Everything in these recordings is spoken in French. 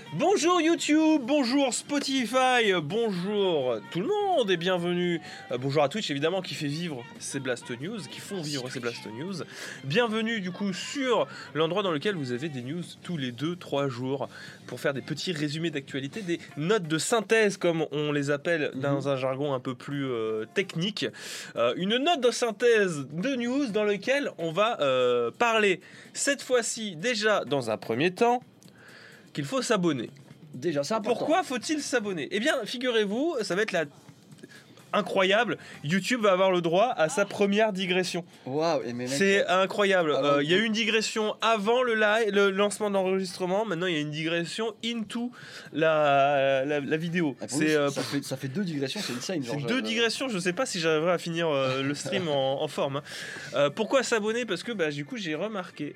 Bonjour YouTube, bonjour Spotify, bonjour tout le monde et bienvenue. Bonjour à Twitch évidemment qui fait vivre ces Blast News, qui font vivre ces Blast News. Bienvenue du coup sur l'endroit dans lequel vous avez des news tous les 2-3 jours pour faire des petits résumés d'actualité, des notes de synthèse comme on les appelle dans un jargon un peu plus technique. Une note de synthèse de news dans laquelle on va parler cette fois-ci déjà dans un premier temps qu'il faut s'abonner. Déjà, c'est important. Pourquoi faut-il s'abonner ? Eh bien, figurez-vous, ça va être incroyable. YouTube va avoir le droit à sa première digression. Waouh, c'est incroyable. Il y a eu une digression avant le lancement d'enregistrement. Maintenant, il y a une digression into la vidéo. Ça fait 2 digressions, c'est insane. C'est 2 digressions. Je sais pas si j'arriverai à finir le stream en forme. Pourquoi s'abonner ? Parce que du coup, j'ai remarqué.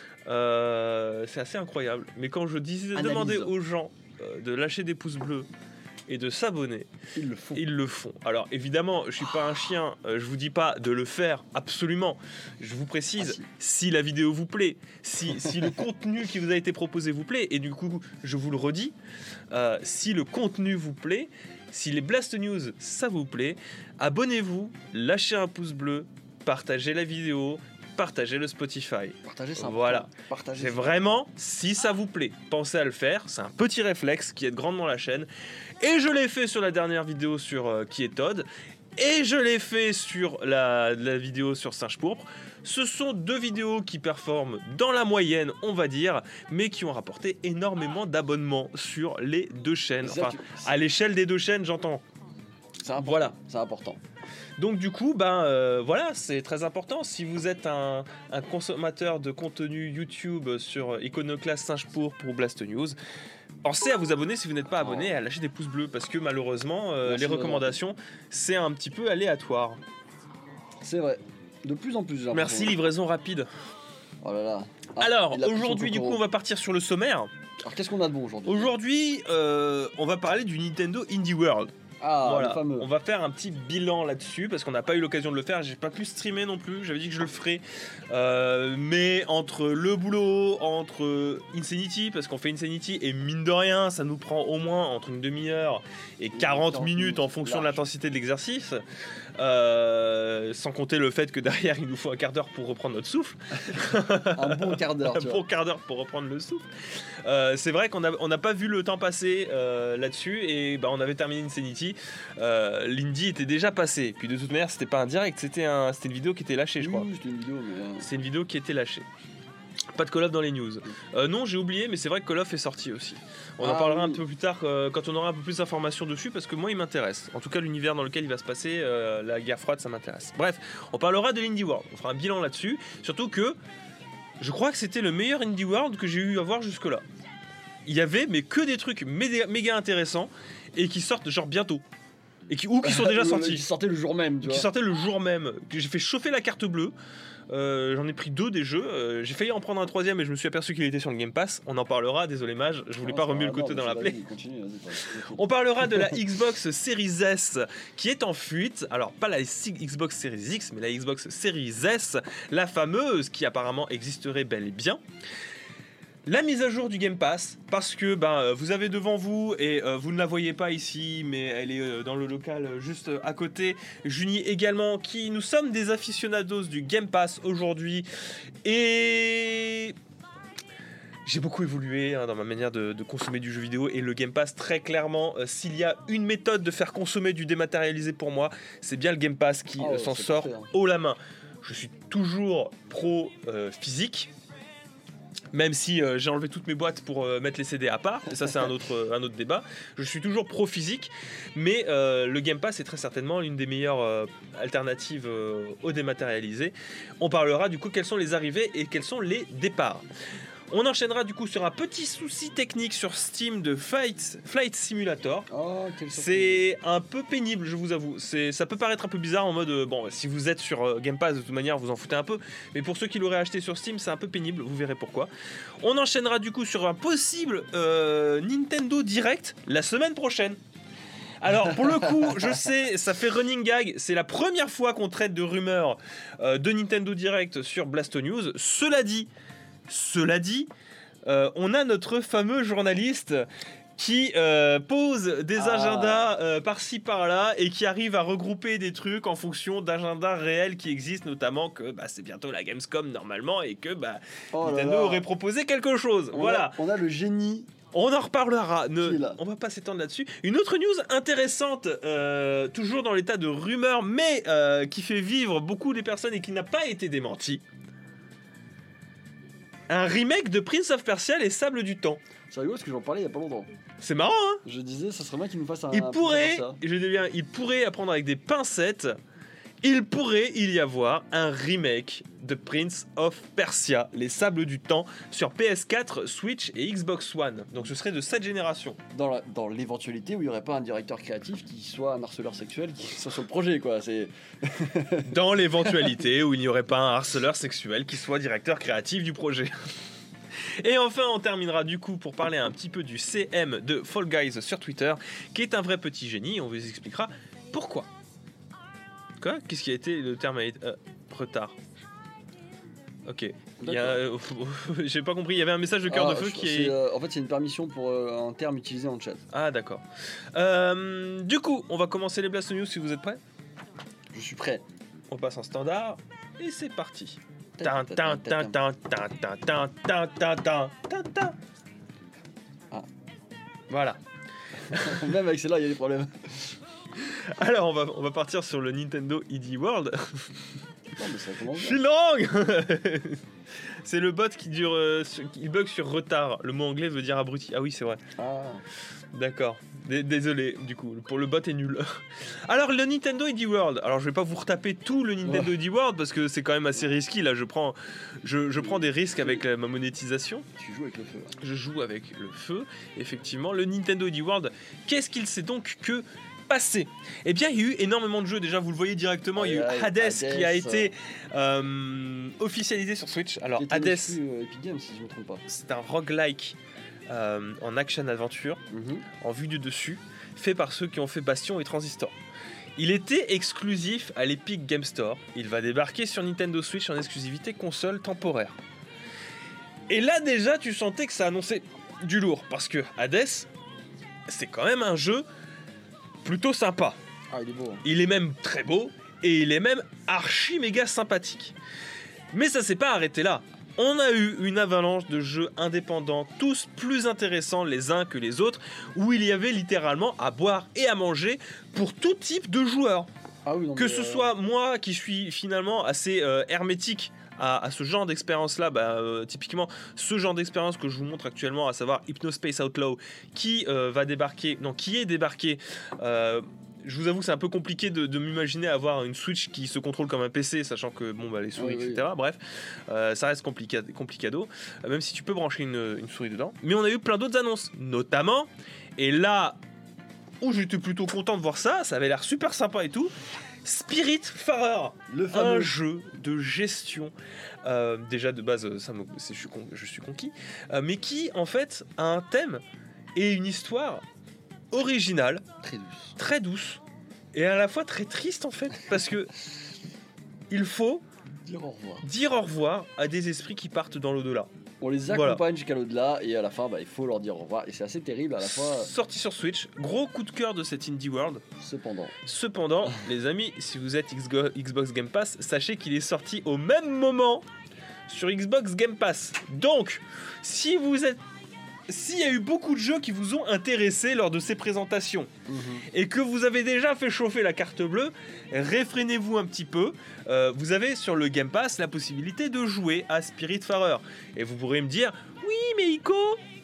C'est assez incroyable. Mais quand je demandais aux gens de lâcher des pouces bleus et de s'abonner, ils le font. Alors évidemment, je suis pas un chien, je vous dis pas de le faire absolument. Je vous précise, si la vidéo vous plaît, si le contenu qui vous a été proposé vous plaît, et du coup, je vous le redis, si le contenu vous plaît, si les Blast News ça vous plaît, abonnez-vous, lâchez un pouce bleu, partagez la vidéo. Partagez le Spotify. Partagez ça. Voilà. C'est vraiment, si ça vous plaît, pensez à le faire. C'est un petit réflexe qui aide grandement la chaîne. Et je l'ai fait sur la dernière vidéo sur qui est Todd. Et je l'ai fait sur la vidéo sur Singe Pourpre. Ce sont 2 vidéos qui performent dans la moyenne, on va dire, mais qui ont rapporté énormément d'abonnements sur les 2 chaînes. Enfin, à l'échelle des 2 chaînes, j'entends. Voilà. C'est important. Donc du coup, voilà, c'est très important. Si vous êtes un consommateur de contenu YouTube sur Iconoclast Singe Pourpre pour Blast News, pensez à vous abonner si vous n'êtes pas abonné et à lâcher des pouces bleus parce que malheureusement, les recommandations, c'est un petit peu aléatoire. C'est vrai, de plus en plus. Merci, livraison rapide. Oh là là. Alors, aujourd'hui, du coup, on va partir sur le sommaire. Alors, qu'est-ce qu'on a de bon aujourd'hui ? Aujourd'hui, on va parler du Nintendo Indie World. Voilà. Le fameux. On va faire un petit bilan là-dessus parce qu'on n'a pas eu l'occasion de le faire. J'ai pas pu streamer non plus. J'avais dit que je le ferais, mais entre le boulot, entre Insanity parce qu'on fait Insanity et mine de rien, ça nous prend au moins entre une demi-heure et 40 minutes en fonction de l'intensité de l'exercice. Sans compter le fait que derrière il nous faut un quart d'heure pour reprendre notre souffle. Un bon quart d'heure. Un bon quart d'heure pour reprendre le souffle. C'est vrai qu'on n'a pas vu le temps passer là-dessus et on avait terminé Insanity. L'Indie était déjà passé. Puis de toute manière, c'était pas un direct, c'était une vidéo qui était lâchée, je crois. Oui, c'était une vidéo, mais. C'est une vidéo qui était lâchée. Pas de Call of dans les news. Non, j'ai oublié, mais c'est vrai que Call of est sorti aussi. On en parlera un peu plus tard quand on aura un peu plus d'informations dessus, parce que moi, il m'intéresse. En tout cas, l'univers dans lequel il va se passer, la guerre froide, ça m'intéresse. Bref, on parlera de l'Indie World. On fera un bilan là-dessus. Surtout que je crois que c'était le meilleur Indie World que j'ai eu à voir jusque-là. Il y avait, mais que des trucs méga intéressants et qui sortent genre bientôt. Qui sont déjà sortis. Qui sortaient le jour même, tu vois. Qui sortaient le jour même. Que j'ai fait chauffer la carte bleue. J'en ai pris 2 des jeux. J'ai failli en prendre un 3e et je me suis aperçu qu'il était sur le Game Pass. On en parlera, désolé Mage, je voulais pas remuer le côté dans la plaie. On parlera de la Xbox Series S qui est en fuite. Alors pas la Xbox Series X, mais la Xbox Series S, la fameuse qui apparemment existerait bel et bien. La mise à jour du Game Pass, parce que vous avez devant vous, et vous ne la voyez pas ici, mais elle est dans le local juste à côté, Juni également, nous sommes des aficionados du Game Pass aujourd'hui, et j'ai beaucoup évolué dans ma manière de consommer du jeu vidéo, et le Game Pass, très clairement, s'il y a une méthode de faire consommer du dématérialisé pour moi, c'est bien le Game Pass qui s'en sort haut la main. Je suis toujours pro physique, même si j'ai enlevé toutes mes boîtes pour mettre les CD à part, et ça c'est un autre débat. Je suis toujours pro physique, mais le Game Pass est très certainement l'une des meilleures alternatives au dématérialisé. On parlera du coup quelles sont les arrivées et quels sont les départs. On enchaînera du coup sur un petit souci technique sur Steam de Flight Simulator. C'est un peu pénible, je vous avoue. Ça peut paraître un peu bizarre en mode si vous êtes sur Game Pass de toute manière vous en foutez un peu, mais pour ceux qui l'auraient acheté sur Steam c'est un peu pénible, vous verrez pourquoi. On enchaînera du coup sur un possible Nintendo Direct la semaine prochaine. Alors pour le coup, je sais, ça fait running gag, c'est la première fois qu'on traite de rumeurs de Nintendo Direct sur Blast News. Cela dit, on a notre fameux journaliste qui pose des agendas par-ci par-là et qui arrive à regrouper des trucs en fonction d'agendas réels qui existent, notamment que c'est bientôt la Gamescom normalement et que Nintendo aurait proposé quelque chose. On a le génie. On en reparlera, on va pas s'étendre là-dessus. Une autre news intéressante, toujours dans l'état de rumeur, mais qui fait vivre beaucoup les personnes et qui n'a pas été démentie. Un remake de Prince of Persia, les Sables du Temps. C'est rigolo parce que j'en parlais il y a pas longtemps. C'est marrant, hein. Je disais, ça serait bien qu'il nous fasse un... Il pourrait apprendre avec des pincettes. Il pourrait y avoir un remake de Prince of Persia, les Sables du Temps, sur PS4, Switch et Xbox One. Donc ce serait de cette génération. Dans l'éventualité où il n'y aurait pas un directeur créatif qui soit un harceleur sexuel qui soit sur le projet, quoi. C'est... Dans l'éventualité où il n'y aurait pas un harceleur sexuel qui soit directeur créatif du projet. Et enfin, on terminera du coup pour parler un petit peu du CM de Fall Guys sur Twitter, qui est un vrai petit génie. On vous expliquera pourquoi. Quoi ? Qu'est-ce qui a été le terme retard. Ok. J'ai pas compris. Il y avait un message de cœur de feu qui est. En fait, c'est une permission pour un terme utilisé en chat. Ah d'accord. Du coup, on va commencer les Blast News si vous êtes prêts. Je suis prêt. On passe en standard et c'est parti. Voilà. Même avec celle-là, il y a des problèmes. Alors, on va partir sur le Nintendo ID World. Non, mais ça commence bien. Shilong. C'est le bot qui il bug sur retard. Le mot anglais veut dire abruti. Ah oui, c'est vrai. Ah. D'accord. Désolé, du coup, pour le bot est nul. Alors, le Nintendo ID World. Alors, je vais pas vous retaper tout le Nintendo ID World parce que c'est quand même assez risqué. Là, je prends des risques avec ma monétisation. Tu joues avec le feu. Hein. Je joue avec le feu, effectivement. Le Nintendo ID World, qu'est-ce qu'il s'est donc que passé ? Eh bien, il y a eu énormément de jeux. Déjà, vous le voyez directement, il y a eu Hades qui a été officialisé sur Switch. Alors, Hades, Epic Games, si je me trompe pas. C'est un roguelike en action-aventure, en vue du dessus, fait par ceux qui ont fait Bastion et Transistor. Il était exclusif à l'Epic Game Store. Il va débarquer sur Nintendo Switch en exclusivité console temporaire. Et là, déjà, tu sentais que ça annonçait du lourd. Parce que Hades, c'est quand même un jeu plutôt sympa. Ah, il est beau. Hein. Il est même très beau et il est même archi méga sympathique. Mais ça s'est pas arrêté là. On a eu une avalanche de jeux indépendants, tous plus intéressants les uns que les autres, où il y avait littéralement à boire et à manger pour tout type de joueurs. Ah oui, non, que ce soit moi qui suis finalement assez hermétique à ce genre d'expérience-là, typiquement ce genre d'expérience que je vous montre actuellement, à savoir Hypnospace Outlaw, qui est débarqué. Je vous avoue, c'est un peu compliqué de m'imaginer avoir une Switch qui se contrôle comme un PC, sachant que les souris, etc. Bref, ça reste complicado, même si tu peux brancher une souris dedans. Mais on a eu plein d'autres annonces, notamment, et là où j'étais plutôt content de voir ça avait l'air super sympa et tout. Spiritfarer, un jeu de gestion, déjà de base, je suis conquis, mais qui en fait a un thème et une histoire originale, très douce, et à la fois très triste en fait, parce que il faut dire au revoir à des esprits qui partent dans l'au-delà. On les accompagne jusqu'à l'au-delà et à la fin, il faut leur dire au revoir. Et c'est assez terrible à la fois. Sorti sur Switch, gros coup de cœur de cette Indie World. Cependant, les amis, si vous êtes Xbox Game Pass, sachez qu'il est sorti au même moment sur Xbox Game Pass. Donc, s'il y a eu beaucoup de jeux qui vous ont intéressé lors de ces présentations et que vous avez déjà fait chauffer la carte bleue, réfrénez-vous un petit peu. Vous avez sur le Game Pass la possibilité de jouer à Spiritfarer. Et vous pourrez me dire, oui mais Ico,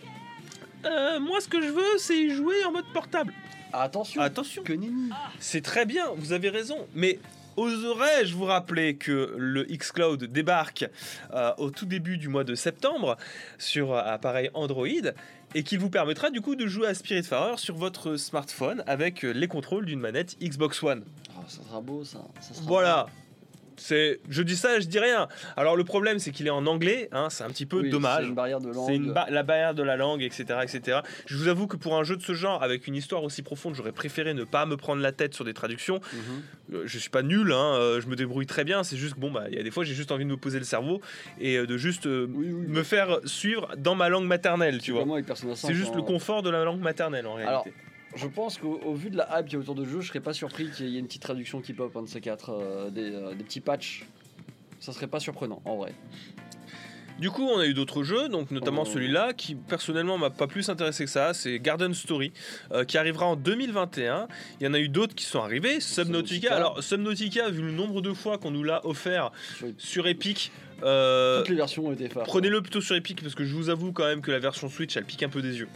moi ce que je veux c'est jouer en mode portable. Attention. Que nenni. C'est très bien, vous avez raison, mais oserais-je vous rappeler que le xCloud débarque au tout début du mois de septembre sur appareil Android et qu'il vous permettra du coup de jouer à Spiritfarer sur votre smartphone avec les contrôles d'une manette Xbox One. Oh, ça sera beau ça. Voilà. Je dis ça, je dis rien. Alors le problème, c'est qu'il est en anglais, hein, c'est un petit peu dommage. C'est une barrière de langue. C'est la barrière de la langue, etc., etc. Je vous avoue que pour un jeu de ce genre, avec une histoire aussi profonde, j'aurais préféré ne pas me prendre la tête sur des traductions. Je suis pas nul, hein, je me débrouille très bien. C'est juste que il y a des fois, j'ai juste envie de me poser le cerveau et de juste me faire suivre dans ma langue maternelle, tu vois. C'est juste le confort de la langue maternelle en réalité. Alors, je pense qu'au vu de la hype qu'il y a autour de jeu, je serais pas surpris qu'il y ait une petite traduction qui pop, un de ces quatre, des petits patchs. Ça serait pas surprenant, en vrai. Du coup, on a eu d'autres jeux, donc notamment celui-là, qui personnellement m'a pas plus intéressé que ça. C'est Garden Story, qui arrivera en 2021. Il y en a eu d'autres qui sont arrivés. Subnautica. Alors, Subnautica, vu le nombre de fois qu'on nous l'a offert sur Epic. Toutes les versions ont été faites. Prenez-le plutôt sur Epic, parce que je vous avoue quand même que la version Switch, elle pique un peu des yeux.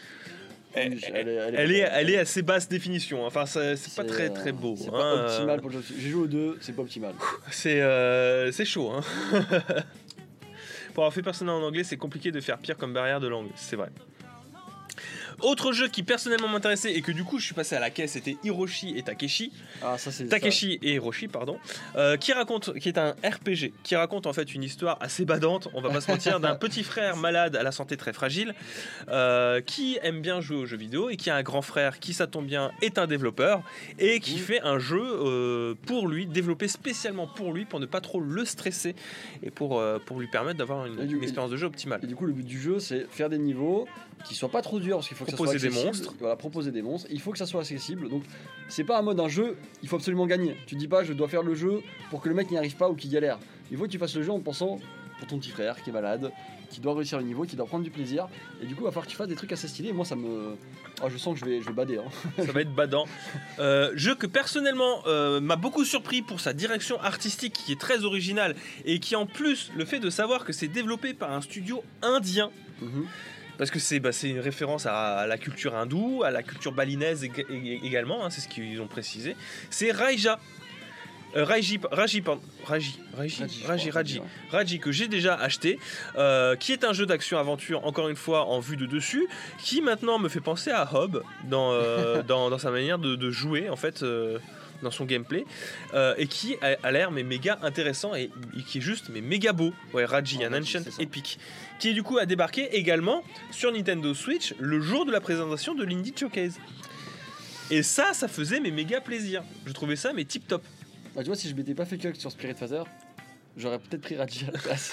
Elle est assez basse définition, enfin c'est pas très très beau. C'est pas optimal pour le jeu. J'ai joué aux deux, c'est pas optimal. C'est chaud, hein. Pour avoir fait Persona en anglais, c'est compliqué de faire pire comme barrière de langue, c'est vrai. Autre jeu qui personnellement m'intéressait et que du coup je suis passé à la caisse, c'était Hiroshi et Takeshi. Takeshi et Hiroshi, pardon. Qui est un RPG, qui raconte en fait une histoire assez badante, on va pas se mentir, d'un petit frère malade à la santé très fragile, qui aime bien jouer aux jeux vidéo et qui a un grand frère qui, ça tombe bien, est un développeur et qui fait un jeu pour lui, développé spécialement pour lui, pour ne pas trop le stresser et pour lui permettre d'avoir une expérience de jeu optimale. Et du coup, le but du jeu, c'est faire des niveaux qui soient pas trop durs parce qu'il faut que ça soit accessible. Proposer des monstres, il faut que ça soit accessible. Donc c'est pas un mode un jeu, il faut absolument gagner. Tu dis pas je dois faire le jeu pour que le mec n'y arrive pas ou qu'il galère. Il faut que tu fasses le jeu en pensant pour ton petit frère qui est malade, qui doit réussir le niveau, qui doit prendre du plaisir. Et du coup, il va falloir que tu fasses des trucs assez stylés. Moi, ça me... je sens que je vais bader. Hein. Ça va être badant. Jeu que personnellement m'a beaucoup surpris pour sa direction artistique qui est très originale et qui en plus, le fait de savoir que c'est développé par un studio indien. Parce que c'est une référence à la culture hindoue, à la culture balinaise également, hein, c'est ce qu'ils ont précisé. C'est Raji, que j'ai déjà acheté, qui est un jeu d'action-aventure, encore une fois en vue de dessus, qui maintenant me fait penser à Hob dans sa manière de jouer en fait. Dans son gameplay et qui a l'air méga intéressant et qui est juste méga beau. Raji, un ancient epic qui du coup a débarqué également sur Nintendo Switch le jour de la présentation de l'Indie Showcase. Et ça faisait méga plaisir. Je trouvais ça tip top. Tu vois, si je m'étais pas fait que sur Spirit Phaser, j'aurais peut-être pris Raji à la place.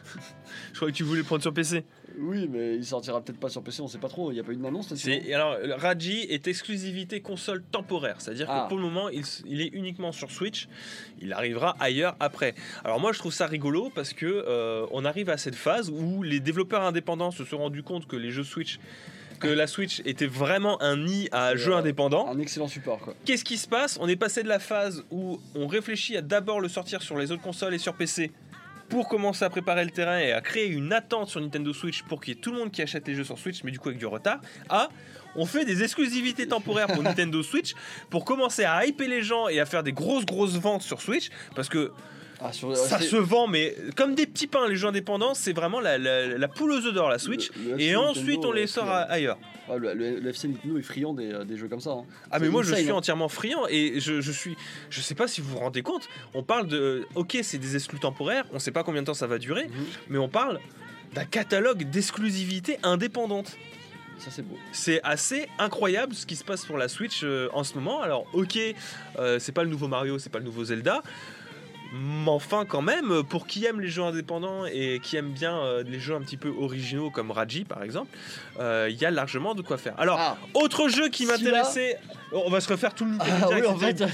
Je croyais que tu voulais le prendre sur PC. Oui, mais il sortira peut-être pas sur PC, on sait pas trop, il n'y a pas eu d'annonce là-dessus. Alors, Raji est exclusivité console temporaire, c'est-à-dire que pour le moment, il est uniquement sur Switch, il arrivera ailleurs après. Alors moi, je trouve ça rigolo parce que on arrive à cette phase où les développeurs indépendants se sont rendus compte que les jeux Switch, que la Switch était vraiment un nid à jeux indépendants. Un excellent support, quoi. Qu'est-ce qui se passe ? On est passé de la phase où on réfléchit à d'abord le sortir sur les autres consoles et sur PC pour commencer à préparer le terrain et à créer une attente sur Nintendo Switch pour qu'il y ait tout le monde qui achète les jeux sur Switch, mais du coup avec du retard, on fait des exclusivités temporaires pour Nintendo Switch pour commencer à hyper les gens et à faire des grosses ventes sur Switch, parce que ça se vend, mais comme des petits pains, les jeux indépendants, c'est vraiment la poule aux œufs d'or, la Switch, et ensuite Nintendo, on les sort ailleurs. Le FC Nintendo est friand des jeux comme ça. Hein. Mais moi je suis entièrement friand et je sais pas si vous vous rendez compte, on parle de, ok, c'est des exclus temporaires, on sait pas combien de temps ça va durer, mais on parle d'un catalogue d'exclusivités indépendantes. Ça, c'est beau. C'est assez incroyable ce qui se passe pour la Switch en ce moment. Alors ok, c'est pas le nouveau Mario, c'est pas le nouveau Zelda, mais enfin quand même, pour qui aime les jeux indépendants et qui aime bien les jeux un petit peu originaux comme Raji par exemple, il y a largement de quoi faire. Alors autre jeu qui m'intéressait, on va se refaire tout le Nintendo Direct, en fait.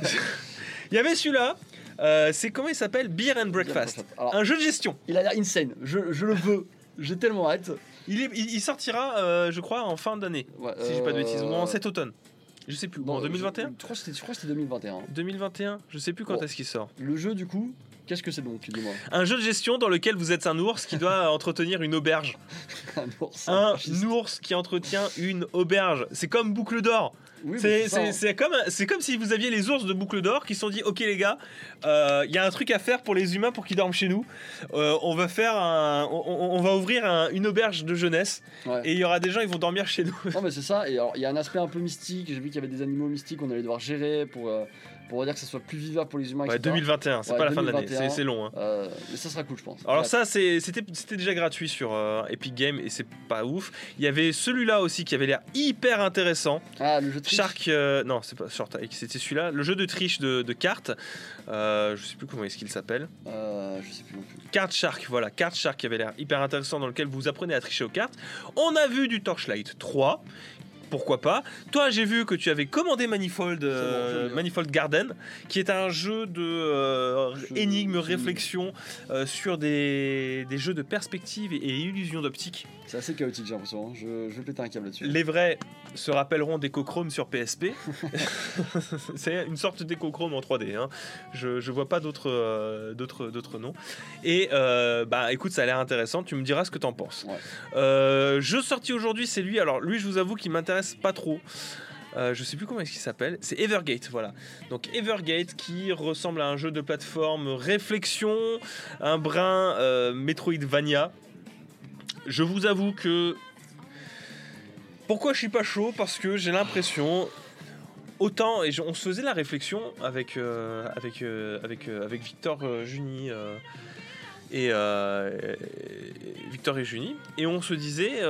Il y avait celui-là, c'est comment il s'appelle, Beer and Breakfast. Alors, un jeu de gestion. Il a l'air insane, je le veux, j'ai tellement hâte. Il sortira je crois en fin d'année, si j'ai pas de bêtises, ou en cet automne. Je sais plus, en 2021 je crois que c'était 2021. 2021, je sais plus quand est-ce qu'il sort. Le jeu du coup, qu'est-ce que c'est donc, dis-moi? Un jeu de gestion dans lequel vous êtes un ours qui doit entretenir une auberge. Un ours qui entretient une auberge. C'est comme Boucle d'Or. Oui, c'est comme si vous aviez les ours de Boucle d'Or qui se sont dit ok les gars, il y a un truc à faire pour les humains pour qu'ils dorment chez nous. On va ouvrir une auberge de jeunesse et il y aura des gens, ils vont dormir chez nous. Non mais c'est ça. Et alors il y a un aspect un peu mystique. J'ai vu qu'il y avait des animaux mystiques qu'on allait devoir gérer pour pour dire que ça soit plus vivable pour les humains. Ouais, 2021, c'est pas la fin de l'année, c'est long. Hein. Mais ça sera cool, je pense. Alors ça, c'était déjà gratuit sur Epic Games et c'est pas ouf. Il y avait celui-là aussi qui avait l'air hyper intéressant. Ah, le jeu de triche. Shark, non, c'est pas Short Hike, c'était celui-là, le jeu de triche de cartes. Je sais plus comment est-ce qu'il s'appelle. Je sais plus non plus. Card Shark, voilà, Card Shark qui avait l'air hyper intéressant, dans lequel vous apprenez à tricher aux cartes. On a vu du Torchlight 3. Pourquoi pas. Toi, j'ai vu que tu avais commandé Manifold, Manifold Garden, qui est un jeu de énigmes, réflexion sur des jeux de perspective et illusion d'optique. C'est assez chaotique, j'ai l'impression. Je vais péter un câble là-dessus. Les vrais se rappelleront d'Echochrome sur PSP. C'est une sorte d'Echochrome en 3D. Hein. Je vois pas d'autres noms. Et écoute, ça a l'air intéressant. Tu me diras ce que t'en penses. Ouais. Jeu sorti aujourd'hui, c'est lui. Alors lui, je vous avoue qu'il m'intéresse pas trop. Je sais plus comment est-ce qu'il s'appelle. C'est Evergate, voilà. Donc Evergate qui ressemble à un jeu de plateforme réflexion, un brin Metroidvania. Je vous avoue que pourquoi je suis pas chaud, parce que j'ai l'impression autant, et on se faisait la réflexion avec Victor Juni et Victor et Juni, et on se disait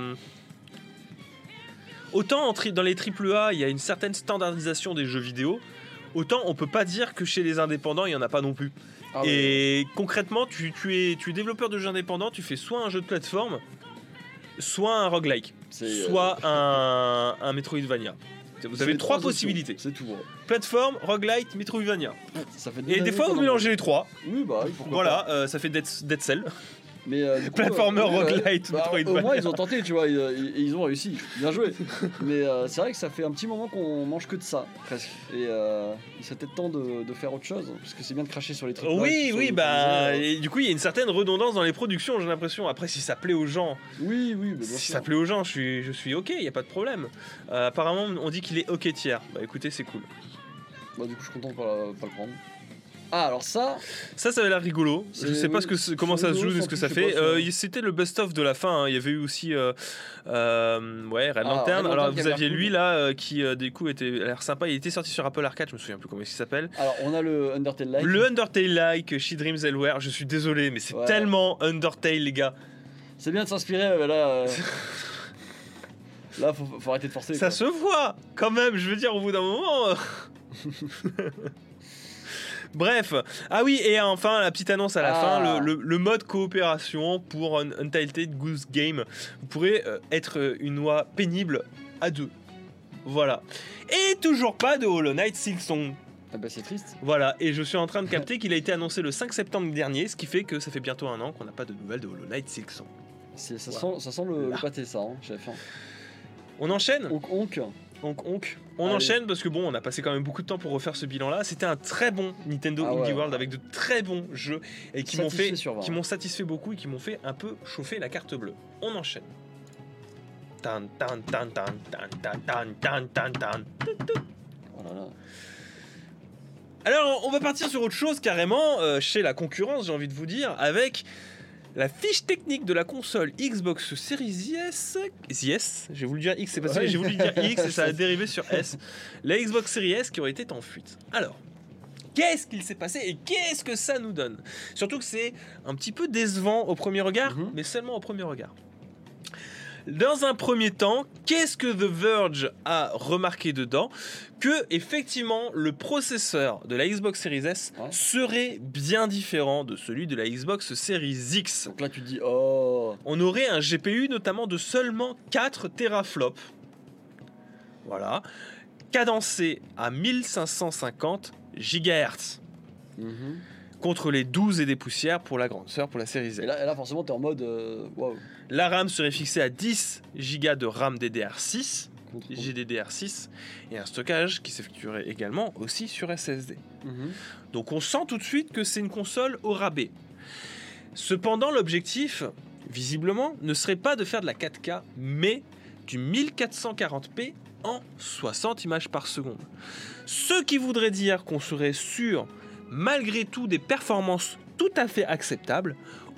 autant dans les AAA il y a une certaine standardisation des jeux vidéo, autant on peut pas dire que chez les indépendants il y en a pas non plus. Ah et concrètement, tu es développeur de jeux indépendants, tu fais soit un jeu de plateforme, soit un roguelike, soit un Metroidvania. Vous avez trois possibilités. C'est tout. Plateforme, roguelike, Metroidvania. Ça fait et des fois, vous mélangez les trois. Oui, bah oui, pourquoi voilà, pas. Ça fait Dead Cell. Mais platformer, roguelite, Metroidvania. Au moins ils ont tenté, tu vois, ils ont réussi, bien joué. Mais c'est vrai que ça fait un petit moment qu'on mange que de ça, presque. Et il serait peut-être temps de faire autre chose, parce que c'est bien de cracher sur les trucs. Oui, et du coup il y a une certaine redondance dans les productions, j'ai l'impression. Après, si ça plaît aux gens, oui, si ça plaît aux gens, je suis ok, il y a pas de problème. Apparemment, on dit qu'il est ok tiers. Bah écoutez, c'est cool. Bah du coup, je suis content de pas le prendre. Ah, alors ça avait l'air rigolo. Je sais pas comment ça se joue, ni ce que ça fait. C'était le best-of de la fin. Hein. Il y avait eu aussi Red Lantern. Alors vous aviez lui là qui du coup a l'air sympa. Il était sorti sur Apple Arcade. Je me souviens plus comment il s'appelle. Alors on a le Undertale-like. Le Undertale-like, She Dreams Elsewhere. Je suis désolé, mais c'est tellement Undertale, les gars. C'est bien de s'inspirer là. Là, faut arrêter de forcer. Ça se voit quand même. Je veux dire, au bout d'un moment. Bref, ah oui, et enfin la petite annonce à la fin, le mode coopération pour Untitled Goose Game. Vous pourrez être une oie pénible à deux. Voilà. Et toujours pas de Hollow Knight Silksong. Ah bah c'est triste. Voilà, et je suis en train de capter qu'il a été annoncé le 5 septembre dernier, ce qui fait que ça fait bientôt un an qu'on n'a pas de nouvelles de Hollow Knight Silksong. Ça sent le pâté, ça, hein, j'ai faim. On enchaîne ? On Allez. enchaîne parce que bon, on a passé quand même beaucoup de temps pour refaire ce bilan-là. C'était un très bon Nintendo Indie World avec de très bons jeux et qui m'ont satisfait beaucoup et qui m'ont fait un peu chauffer la carte bleue. On enchaîne. Tan tan tan tan tan tan tan tan tan. Oh là là. Alors, on va partir sur autre chose carrément chez la concurrence, j'ai envie de vous dire, avec la fiche technique de la console Xbox Series S, j'ai voulu dire X, c'est parce que j'ai voulu dire X et ça a dérivé sur S. La Xbox Series S qui aurait été en fuite. Alors, qu'est-ce qu'il s'est passé et qu'est-ce que ça nous donne ? Surtout que c'est un petit peu décevant au premier regard, mais seulement au premier regard. Dans un premier temps, qu'est-ce que The Verge a remarqué dedans ? Que effectivement le processeur de la Xbox Series S serait bien différent de celui de la Xbox Series X. Donc là tu dis on aurait un GPU notamment de seulement 4 teraflops. Voilà. Cadencé à 1550 GHz. Contre les 12 et des poussières pour la grande sœur, pour la Series Z. Et là forcément t'es en mode waouh. La RAM serait fixée à 10 Go de RAM DDR6, GDDR6, et un stockage qui s'effectuerait également aussi sur SSD. Donc on sent tout de suite que c'est une console au rabais. Cependant, l'objectif, visiblement, ne serait pas de faire de la 4K, mais du 1440p en 60 images par seconde. Ce qui voudrait dire qu'on serait sur, malgré tout, des performances tout à fait acceptables,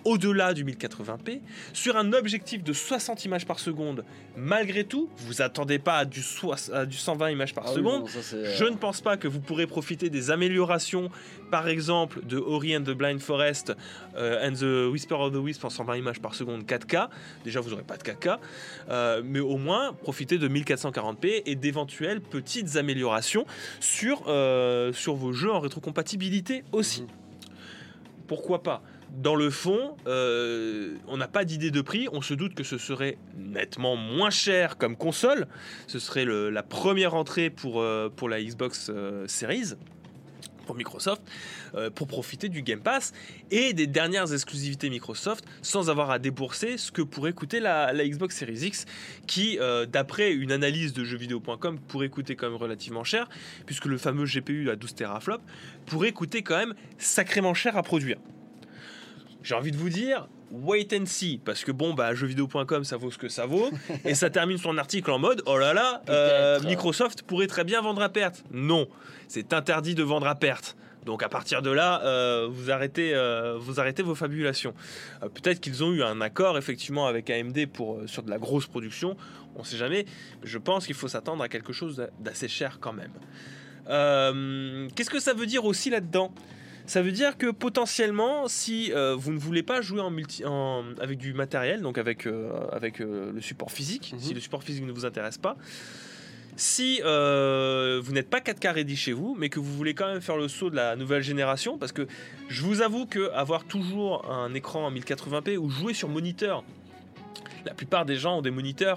au-delà du 1080p, sur un objectif de 60 images par seconde. Malgré tout, vous attendez pas à du 120 images par seconde. Oui, bon, ça, je ne pense pas que vous pourrez profiter des améliorations, par exemple, de Ori and the Blind Forest and the Whisper of the Wisp en 120 images par seconde 4K. Déjà, vous n'aurez pas de 4K, mais au moins profitez de 1440p et d'éventuelles petites améliorations sur vos jeux en rétrocompatibilité aussi. Pourquoi pas ? Dans le fond, on n'a pas d'idée de prix. On se doute que ce serait nettement moins cher comme console. Ce serait la première entrée pour la Xbox Series, pour Microsoft, pour profiter du Game Pass et des dernières exclusivités Microsoft sans avoir à débourser ce que pourrait coûter la Xbox Series X, qui, d'après une analyse de jeuxvideo.com, pourrait coûter quand même relativement cher, puisque le fameux GPU à 12 teraflops pourrait coûter quand même sacrément cher à produire. J'ai envie de vous dire, wait and see, parce que jeuxvideo.com ça vaut ce que ça vaut, et ça termine son article en mode, oh là là, Microsoft pourrait très bien vendre à perte. Non, c'est interdit de vendre à perte. Donc à partir de là, vous arrêtez vos fabulations. Peut-être qu'ils ont eu un accord effectivement avec AMD sur de la grosse production, on sait jamais. Je pense qu'il faut s'attendre à quelque chose d'assez cher quand même. Qu'est-ce que ça veut dire aussi là-dedans ? Ça veut dire que potentiellement, si vous ne voulez pas jouer avec du matériel, donc avec le support physique, si le support physique ne vous intéresse pas, si vous n'êtes pas 4K ready chez vous, mais que vous voulez quand même faire le saut de la nouvelle génération, parce que je vous avoue qu'avoir toujours un écran en 1080p ou jouer sur moniteur, la plupart des gens ont des moniteurs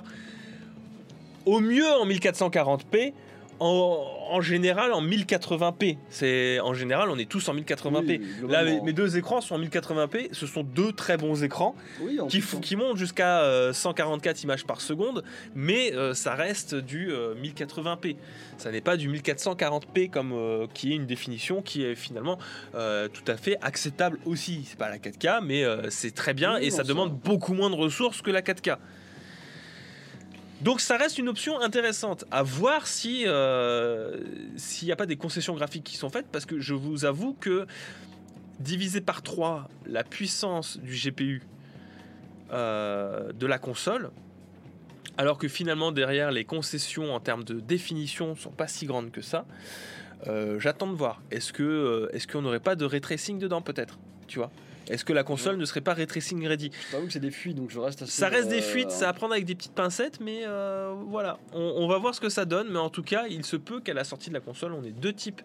au mieux en 1440p, en général en 1080p. En général, on est tous en 1080p. Oui, là, mes deux écrans sont en 1080p. Ce sont deux très bons écrans qui montent jusqu'à 144 images par seconde, mais ça reste du 1080p. Ça n'est pas du 1440p qui est une définition qui est finalement tout à fait acceptable aussi. C'est pas la 4K, mais c'est très bien et ça demande beaucoup moins de ressources que la 4K. Donc ça reste une option intéressante à voir s'il n'y a pas des concessions graphiques qui sont faites, parce que je vous avoue que diviser par 3 la puissance du GPU de la console, alors que finalement derrière les concessions en termes de définition ne sont pas si grandes que ça, j'attends de voir. Est-ce qu'on n'aurait pas de ray tracing dedans peut-être, tu vois ? Est-ce que la console ne serait pas ray tracing ready ? Je t'avoue que c'est des fuites, donc je reste assez... Ça reste des fuites, ça à prendre avec des petites pincettes, mais voilà. On va voir ce que ça donne, mais en tout cas, il se peut qu'à la sortie de la console, on ait deux types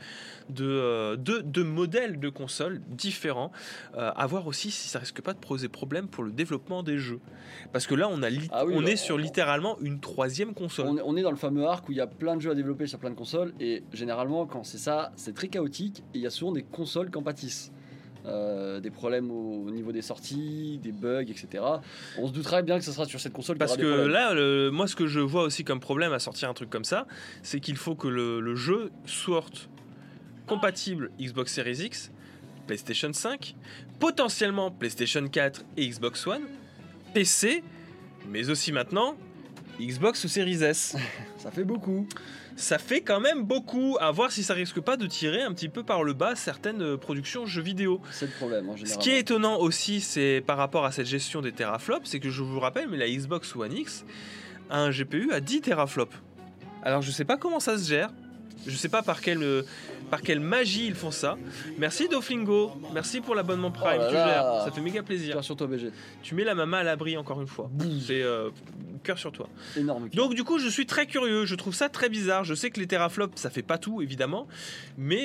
de modèles de consoles différents. À voir aussi si ça risque pas de poser problème pour le développement des jeux. Parce que là, on est sur littéralement une troisième console. On est dans le fameux arc où il y a plein de jeux à développer sur plein de consoles, et généralement, quand c'est ça, c'est très chaotique, et il y a souvent des consoles qui en pâtissent. Des problèmes au niveau des sorties, des bugs, etc. On se douterait bien que ce sera sur cette console. Parce que là, moi, ce que je vois aussi comme problème à sortir un truc comme ça, c'est qu'il faut que le jeu sorte compatible Xbox Series X, PlayStation 5, potentiellement PlayStation 4 et Xbox One, PC, mais aussi maintenant Xbox ou Series S. Ça fait beaucoup. Ça fait quand même beaucoup. À voir si ça risque pas de tirer un petit peu par le bas certaines productions jeux vidéo. C'est le problème en général. Ce qui est étonnant aussi, c'est par rapport à cette gestion des teraflops, c'est que je vous rappelle, mais la Xbox One X a un GPU à 10 teraflops. Alors je sais pas comment ça se gère. Je sais pas par quelle magie ils font ça. Merci Doflingo, merci pour l'abonnement Prime, tu gères, ça fait méga plaisir. Cœur sur toi BG. Tu mets la maman à l'abri encore une fois. C'est cœur sur toi. Énorme. Donc du coup je suis très curieux, je trouve ça très bizarre. Je sais que les teraflops ça fait pas tout évidemment, mais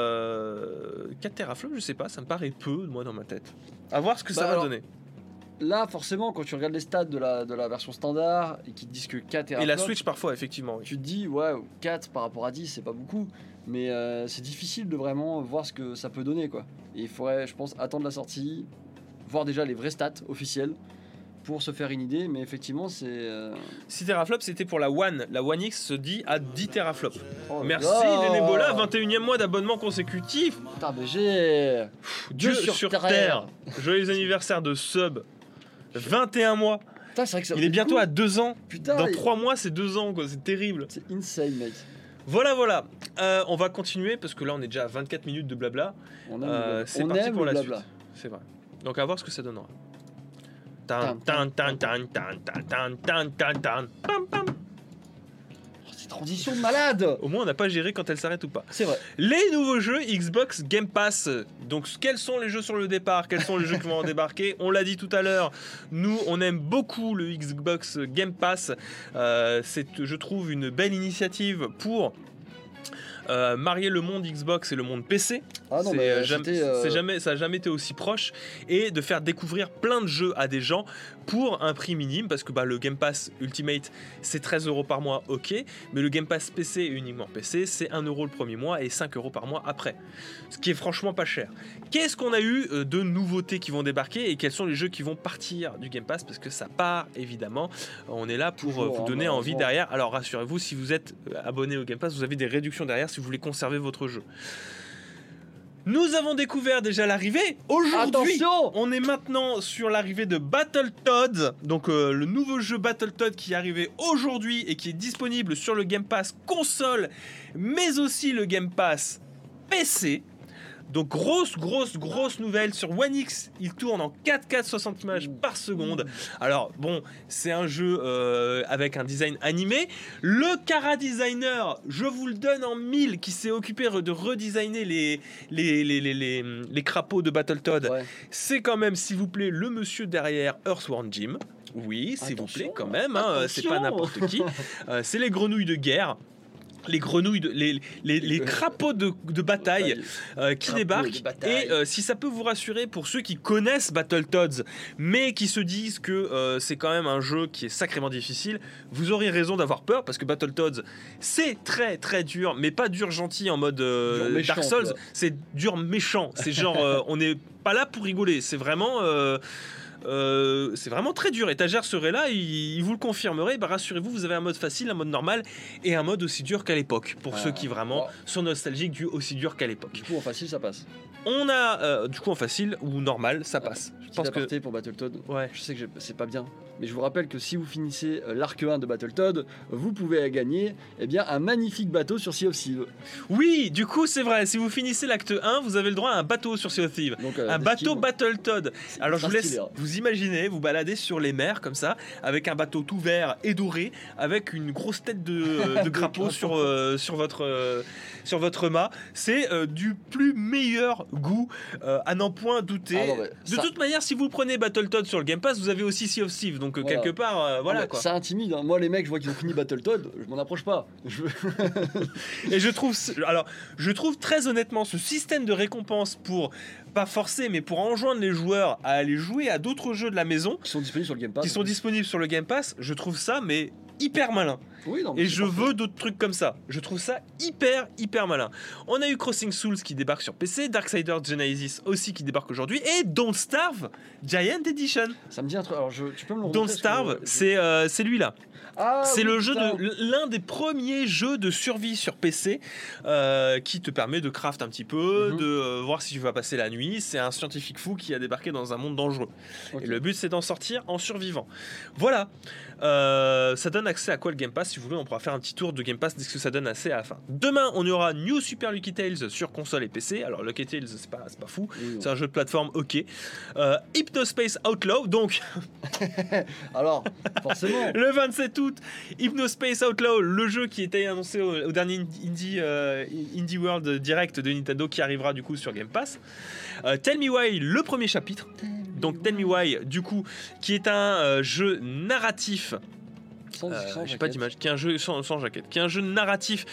4 teraflops je sais pas, ça me paraît peu moi dans ma tête. À voir ce que ça va donner. Là, forcément, quand tu regardes les stats de la version standard et qui te disent que 4 teraflops... Et la Switch parfois, effectivement. Oui. Tu te dis, ouais, 4 par rapport à 10, c'est pas beaucoup. Mais c'est difficile de vraiment voir ce que ça peut donner, quoi. Et il faudrait, je pense, attendre la sortie, voir déjà les vraies stats officielles pour se faire une idée. Mais effectivement, c'est... 6 teraflops, c'était pour la One. La One X se dit à 10 teraflops. Oh, merci Denebola, 21e mois d'abonnement consécutif. Putain, mais j'ai... Dieu sur Terre. Joyeux anniversaire de sub. 21 mois. Putain, c'est vrai que il est bientôt à 2 ans. Putain, dans 3 mois, c'est 2 ans, quoi. C'est terrible. C'est insane, mec. Voilà. On va continuer parce que là, on est déjà à 24 minutes de blabla. C'est parti pour la suite. C'est vrai. Donc, à voir ce que ça donnera. Transition de malade. Au moins on n'a pas géré quand elle s'arrête ou pas. C'est vrai. Les nouveaux jeux Xbox Game Pass. Donc quels sont les jeux sur le départ? Quels sont les jeux qui vont en débarquer? On l'a dit tout à l'heure, nous on aime beaucoup le Xbox Game Pass. C'est, je trouve, une belle initiative pour marier le monde Xbox et le monde PC. Ah non, ça n'a jamais été aussi proche, et de faire découvrir plein de jeux à des gens pour un prix minime, parce que le Game Pass Ultimate c'est 13 € par mois, ok, mais le Game Pass PC et uniquement PC c'est 1 € le premier mois et 5 € par mois après, ce qui est franchement pas cher. Qu'est-ce qu'on a eu de nouveautés qui vont débarquer et quels sont les jeux qui vont partir du Game Pass, parce que ça part évidemment, on est là pour vous donner envie derrière. Alors rassurez-vous, si vous êtes abonné au Game Pass, vous avez des réductions derrière si vous voulez conserver votre jeu. Nous avons découvert déjà l'arrivée. Aujourd'hui, on est maintenant sur l'arrivée de Battletoads. Donc le nouveau jeu Battletoads qui est arrivé aujourd'hui et qui est disponible sur le Game Pass console, mais aussi le Game Pass PC. Donc grosse nouvelle. Sur One X, il tourne en 4K 60 images par seconde. Alors bon, c'est un jeu avec un design animé. Le Cara Designer, je vous le donne en 1000, qui s'est occupé de redesigner les crapauds de Battletoads. Ouais. C'est quand même, s'il vous plaît, le monsieur derrière Earthworm Jim. Oui, s'il vous plaît, quand même, hein, c'est pas n'importe qui. C'est les grenouilles de guerre. Les grenouilles, les crapauds de bataille qui débarquent. Et si ça peut vous rassurer pour ceux qui connaissent Battletoads, mais qui se disent que c'est quand même un jeu qui est sacrément difficile, vous auriez raison d'avoir peur, parce que Battletoads, c'est très très dur, mais pas dur gentil en mode Dark Souls, c'est dur méchant. C'est genre, on n'est pas là pour rigoler, c'est vraiment très dur. Étagère serait là, il vous le confirmerait. Rassurez-vous, vous avez un mode facile, un mode normal et un mode aussi dur qu'à l'époque, pour ceux qui vraiment sont nostalgiques du aussi dur qu'à l'époque. Du coup en facile ça passe. On a du coup en facile ou normal ça passe. Je pense que pour Battletoads, je sais que c'est pas bien, mais je vous rappelle que si vous finissez l'arc 1 de Battletoads, vous pouvez gagner un magnifique bateau sur Sea of Thieves. Oui, du coup c'est vrai, si vous finissez l'acte 1, vous avez le droit à un bateau sur Sea of Thieves. Donc, un bateau Battletoads. Alors je vous laisse vous imaginer, vous balader sur les mers comme ça, avec un bateau tout vert et doré, avec une grosse tête de crapaud sur votre mât. C'est du plus meilleur goût, à n'en point douter. De toute manière, si vous prenez Battletoads sur le Game Pass, vous avez aussi Sea of Thieves, donc quelque part, voilà quoi. Ça intimide, hein. Moi les mecs, je vois qu'ils ont fini Battletoads, je m'en approche pas. Et je trouve très honnêtement ce système de récompense pour pas forcer, mais pour enjoindre les joueurs à aller jouer à d'autres jeux de la maison qui sont disponibles sur le Game Pass, je trouve ça mais hyper malin. Oui, non, et je veux d'autres trucs comme ça. Je trouve ça hyper malin. On a eu Crossing Souls qui débarque sur PC, Darksiders Genesis aussi qui débarque aujourd'hui, et Don't Starve Giant Edition. Ça me dit un truc. Alors tu peux me le Don't Starve, c'est lui là. C'est l'un des premiers jeux de survie sur PC qui te permet de craft un petit peu, de voir si tu vas passer la nuit. C'est un scientifique fou qui a débarqué dans un monde dangereux. Et le but c'est d'en sortir en survivant. Voilà. Ça donne accès à quoi le Game Pass? Si vous voulez, on pourra faire un petit tour de Game Pass dès que ça donne assez à la fin. Demain, on aura New Super Lucky Tales sur console et PC. Alors Lucky Tales, c'est pas fou, c'est un jeu de plateforme, ok. Hypnospace Outlaw, donc alors forcément le 27 août, Hypnospace Outlaw, le jeu qui était annoncé au dernier Indie World Direct de Nintendo, qui arrivera du coup sur Game Pass. Tell Me Why, le premier chapitre. Donc Tell Me Why, du coup, qui est un jeu narratif. J'ai pas d'image, qui est un jeu sans jaquette, qui est un jeu narratif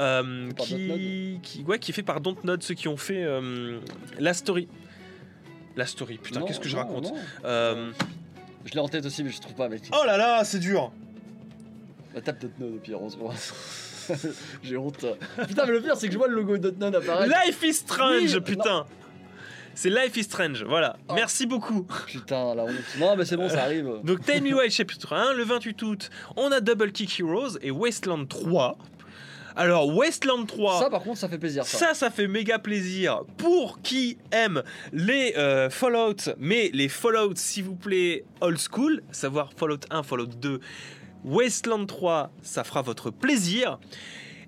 qui est fait par Dontnod, ceux qui ont fait la story. Putain, qu'est-ce que je raconte? Je l'ai en tête aussi, mais je trouve pas. Mec. Oh là là, c'est dur. La tape Dontnod au pire, on se voit. J'ai honte. Putain, mais le pire, c'est que je vois le logo Dontnod apparaître. Life is Strange, putain. Non. C'est Life is Strange, voilà. Oh. Merci beaucoup. Putain, la honte. Non, mais c'est bon, ça arrive. Donc, Tell Me Why, chapitre 1, le 28 août, on a Double Kick Heroes et Wasteland 3. Alors, Wasteland 3... Ça, par contre, ça fait plaisir, ça. Ça fait méga plaisir. Pour qui aime les Fallout, mais les Fallout, s'il vous plaît, old school, savoir Fallout 1, Fallout 2, Wasteland 3, ça fera votre plaisir.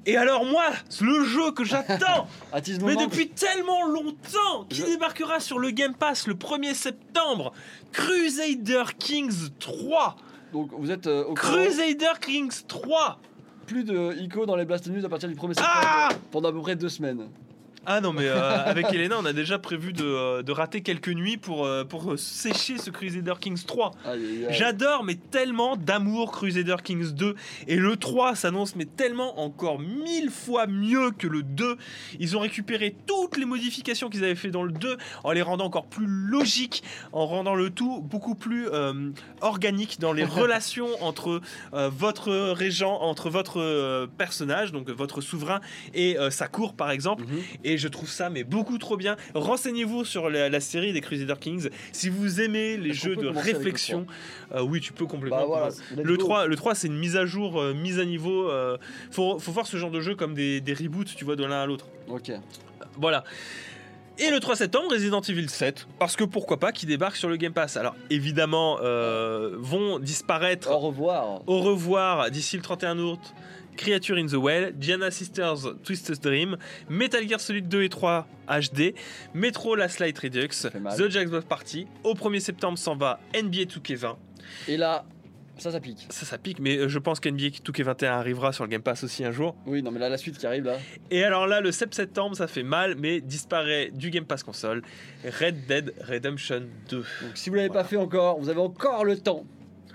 Et alors moi, le jeu que j'attends, mais moment. depuis tellement longtemps, qui débarquera sur le Game Pass le 1er septembre, Crusader Kings 3. Donc vous êtes au Crusader Kings 3. Plus de ICO dans les Blast News à partir du 1er septembre pendant à peu près 2 semaines. Ah non mais avec Elena on a déjà prévu de rater quelques nuits pour sécher ce Crusader Kings 3. J'adore mais tellement d'amour Crusader Kings 2 et le 3 s'annonce mais tellement encore 1000 fois mieux que le 2. Ils ont récupéré toutes les modifications qu'ils avaient fait dans le 2 en les rendant encore plus logiques, en rendant le tout beaucoup plus organique dans les relations entre votre régent, entre votre personnage, donc votre souverain et sa cour par exemple. Et je trouve ça mais beaucoup trop bien. Renseignez-vous sur la série des Crusader Kings. Si vous aimez les jeux de réflexion, oui, tu peux complètement. Voilà, le 3 c'est une mise à jour, mise à niveau. Faut voir ce genre de jeu comme des reboots, tu vois, de l'un à l'autre. Ok. Voilà. Et le 3 septembre, Resident Evil 7, parce que pourquoi pas, qui débarque sur le Game Pass. Alors évidemment, vont disparaître. Au revoir d'ici le 31 août. Creature in the Well, Gianna Sisters Twisted Dream, Metal Gear Solid 2 et 3 HD, Metro Last Light Redux, The Jackbox Party. Au 1er septembre s'en va NBA 2K20. Et là, ça pique. Ça pique, mais je pense qu'NBA 2K21 arrivera sur le Game Pass aussi un jour. Oui, non mais là la suite qui arrive là. Et alors là, le 7 septembre, ça fait mal, mais disparaît du Game Pass console, Red Dead Redemption 2. Donc si vous l'avez pas fait encore, vous avez encore le temps.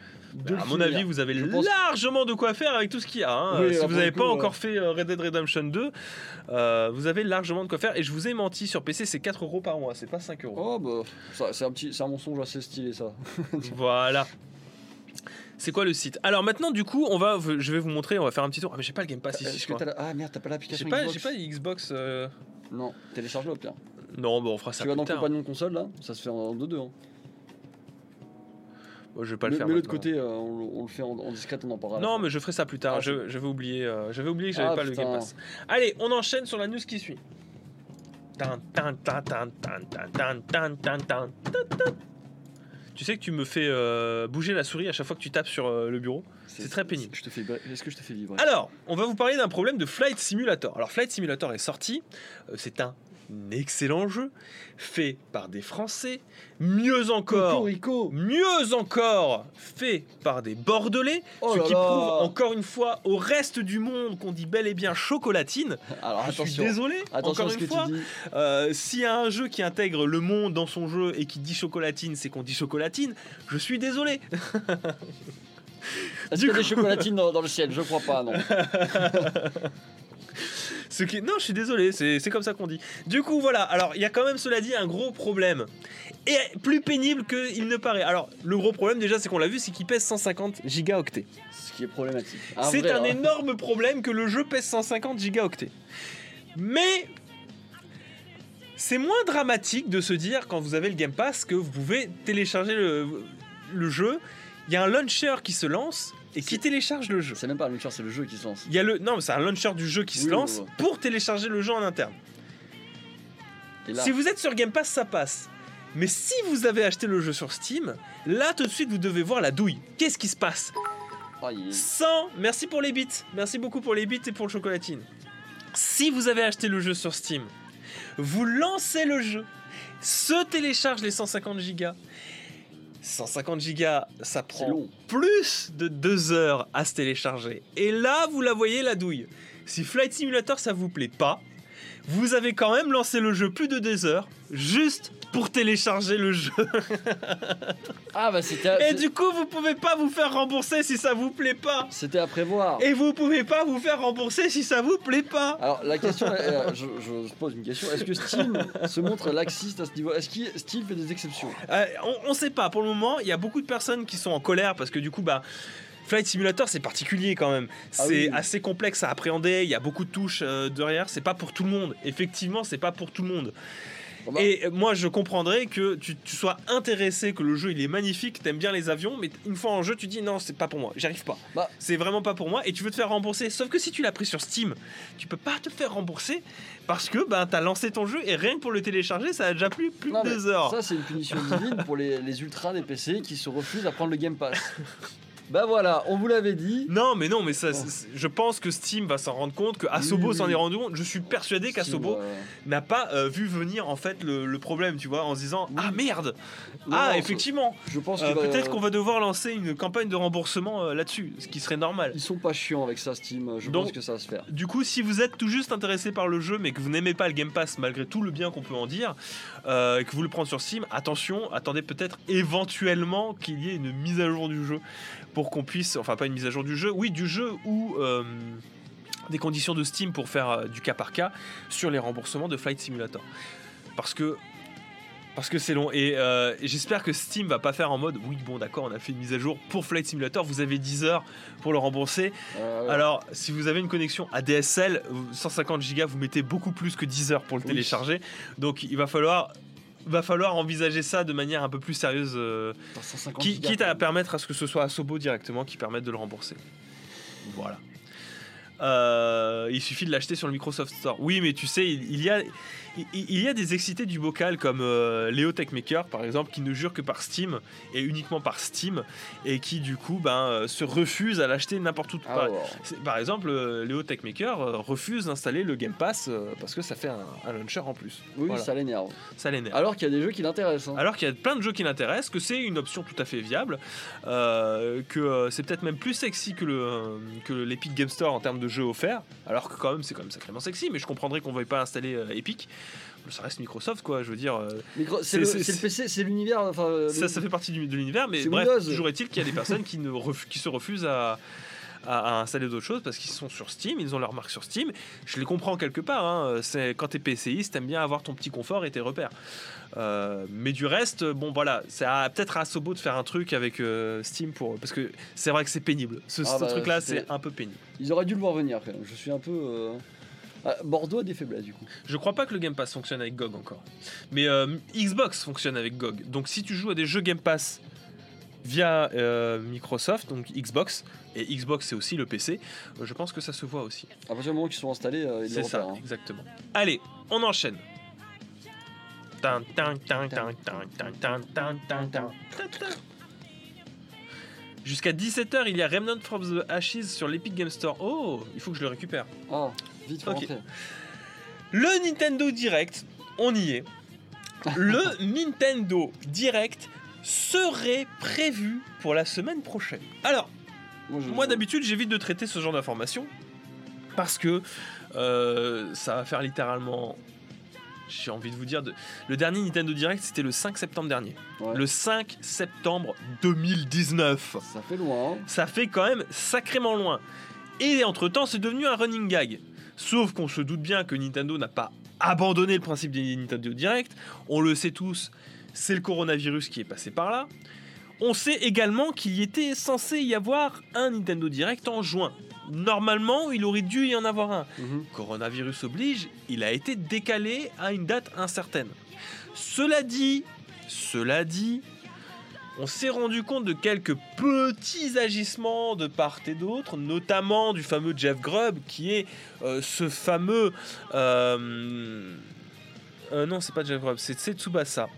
À mon avis, vous avez largement de quoi faire avec tout ce qu'il y a. Hein. Oui, si vous n'avez pas encore fait Red Dead Redemption 2, vous avez largement de quoi faire. Et je vous ai menti, sur PC, c'est 4€ par mois, c'est pas 5€. Oh bah, c'est un mensonge assez stylé ça. Voilà. C'est quoi le site? Alors maintenant, du coup, je vais vous montrer, on va faire un petit tour. Ah, mais j'ai pas le Game Pass ici, je crois. Ah merde, t'as pas l'application Xbox. J'ai pas Xbox. Non, télécharge-le au pire. Non, bon, on fera ça plus tard. Tu vas dans compagnon console là, ça se fait en 2-2. Hein. Je vais pas le faire. Mais l'autre côté, on le fait en discrète, on en parlera. Non, mais je ferai ça plus tard. Je vais oublier que j'avais pas le Game Pass. Allez, on enchaîne sur la news qui suit. Tu sais que tu me fais bouger la souris à chaque fois que tu tapes sur le bureau. C'est très pénible. Est-ce que je te fais vibrer? Alors, on va vous parler d'un problème de Flight Simulator. Alors, Flight Simulator est sorti. C'est un excellent jeu fait par des Français, mieux encore fait par des Bordelais, ce qui prouve encore une fois au reste du monde qu'on dit bel et bien chocolatine. Alors je suis désolé, encore une fois, s'il y a un jeu qui intègre le monde dans son jeu et qui dit chocolatine, c'est qu'on dit chocolatine, je suis désolé. Est-ce qu'il y a des chocolatines dans le ciel? Je crois pas, non. Non, je suis désolé, c'est comme ça qu'on dit. Du coup, voilà. Alors, il y a quand même, cela dit, un gros problème. Et plus pénible qu'il ne paraît. Alors, le gros problème, déjà, c'est qu'on l'a vu, c'est qu'il pèse 150 gigaoctets. Ce qui est problématique. C'est un énorme problème que le jeu pèse 150 gigaoctets. Mais c'est moins dramatique de se dire, quand vous avez le Game Pass, que vous pouvez télécharger le jeu. Il y a un launcher qui se lance et qui télécharge le jeu. C'est même pas un launcher, c'est le jeu qui se lance. Non, c'est un launcher du jeu qui se lance pour télécharger le jeu en interne. Là... Si vous êtes sur Game Pass, ça passe. Mais si vous avez acheté le jeu sur Steam, là tout de suite vous devez voir la douille. Qu'est-ce qui se passe? Merci pour les bits. Merci beaucoup pour les bits et pour le chocolatine. Si vous avez acheté le jeu sur Steam, vous lancez le jeu, se télécharge les 150 gigas. 150 gigas, ça prend plus de 2 heures à se télécharger. Et là, vous la voyez, la douille. Si Flight Simulator, ça vous plaît pas, vous avez quand même lancé le jeu plus de 2 heures, juste pour télécharger le jeu. Et du coup, vous pouvez pas vous faire rembourser si ça vous plaît pas. C'était à prévoir. Et vous pouvez pas vous faire rembourser si ça vous plaît pas. Alors, la question, je pose une question. Est-ce que Steam se montre laxiste à ce niveau? Est-ce que Steam fait des exceptions? On sait pas. Pour le moment, il y a beaucoup de personnes qui sont en colère parce que du coup, Flight Simulator, c'est particulier quand même. C'est assez complexe à appréhender. Il y a beaucoup de touches derrière. C'est pas pour tout le monde. Effectivement, c'est pas pour tout le monde. Et moi, je comprendrais que tu sois intéressé, que le jeu il est magnifique, t'aimes bien les avions, mais une fois en jeu, tu dis non, c'est pas pour moi, j'y arrive pas. C'est vraiment pas pour moi, et tu veux te faire rembourser. Sauf que si tu l'as pris sur Steam, tu peux pas te faire rembourser parce que t'as lancé ton jeu et rien que pour le télécharger, ça a déjà plus de 2 heures. Ça, c'est une punition divine pour les ultras des PC qui se refusent à prendre le Game Pass. Bah voilà, on vous l'avait dit. Non, mais ça, je pense que Steam va s'en rendre compte, que Asobo s'en est rendu compte. Je suis persuadé qu'Asobo n'a pas vu venir en fait le problème, tu vois, en se disant ah merde, effectivement. Je pense peut-être qu'on va devoir lancer une campagne de remboursement là-dessus, ce qui serait normal. Ils sont pas chiants avec ça, Steam. Je pense que ça va se faire. Du coup, si vous êtes tout juste intéressé par le jeu, mais que vous n'aimez pas le Game Pass malgré tout le bien qu'on peut en dire, et que vous le prenez sur Steam, attention, attendez peut-être éventuellement qu'il y ait une mise à jour du jeu. Pour qu'on puisse, enfin pas une mise à jour du jeu, ou des conditions de Steam pour faire du cas par cas sur les remboursements de Flight Simulator. Parce que c'est long et j'espère que Steam va pas faire en mode oui bon d'accord on a fait une mise à jour pour Flight Simulator, vous avez 10 heures pour le rembourser. Ouais. Alors si vous avez une connexion ADSL 150 Go, vous mettez beaucoup plus que 10 heures pour le télécharger, donc il va falloir envisager ça de manière un peu plus sérieuse, quitte à permettre à ce que ce soit Asobo directement qui permette de le rembourser. Voilà. Il suffit de l'acheter sur le Microsoft Store. Oui, mais tu sais, il y a des excités du bocal comme Léo Techmaker par exemple, qui ne jure que par Steam et uniquement par Steam, et qui du coup se refuse à l'acheter n'importe où. Par exemple, Léo Techmaker refuse d'installer le Game Pass parce que ça fait un launcher en plus. Oui, voilà. Ça l'énerve. Alors qu'il y a des jeux qui l'intéressent. Alors qu'il y a plein de jeux qui l'intéressent, que c'est une option tout à fait viable, que c'est peut-être même plus sexy que l'Epic Game Store en termes de jeux offerts, alors que quand même c'est quand même sacrément sexy, mais je comprendrais qu'on ne veuille pas installer Epic. Ça reste Microsoft, quoi, je veux dire. C'est le PC, c'est l'univers. Ça fait partie de l'univers, mais bref, Windows. toujours est-il qu'il y a des personnes qui se refusent à installer d'autres choses parce qu'ils sont sur Steam, ils ont leur marque sur Steam. Je les comprends quelque part, hein. C'est, quand t'es PCiste, t'aimes bien avoir ton petit confort et tes repères. Mais du reste, bon voilà, c'est peut-être à Asobo de faire un truc avec Steam parce que c'est vrai que c'est pénible. Ce truc-là, c'est un peu pénible. Ils auraient dû le voir venir quand même. Je suis un peu. Bordeaux a des faiblesses du coup. Je crois pas que le Game Pass fonctionne avec GOG encore. Mais Xbox fonctionne avec GOG. Donc si tu joues à des jeux Game Pass via Microsoft, donc Xbox, et Xbox c'est aussi le PC, je pense que ça se voit aussi. À partir du moment qu'ils sont installés, ils c'est ça, exactement. Allez, on enchaîne. Jusqu'à 17h, il y a Remnant from the Ashes sur l'Epic Game Store. Oh, il faut que je le récupère. Oh, vite, faut rentrer. Le Nintendo Direct, on y est. Le Nintendo Direct serait prévu pour la semaine prochaine. Alors, moi d'habitude, j'évite de traiter ce genre d'informations parce que ça va faire littéralement... J'ai envie de vous dire, le dernier Nintendo Direct, c'était le 5 septembre dernier. Ouais. Le 5 septembre 2019. Ça fait loin. Hein. Ça fait quand même sacrément loin. Et entre-temps, c'est devenu un running gag. Sauf qu'on se doute bien que Nintendo n'a pas abandonné le principe des Nintendo Direct. On le sait tous, c'est le coronavirus qui est passé par là. On sait également qu'il était censé y avoir un Nintendo Direct en juin. Normalement, il aurait dû y en avoir un. Coronavirus oblige, il a été décalé à une date incertaine. Cela dit, on s'est rendu compte de quelques petits agissements de part et d'autre, notamment du fameux Jeff Grubb, qui est ce fameux... non, c'est pas Jeff Grubb, c'est Tsubasa.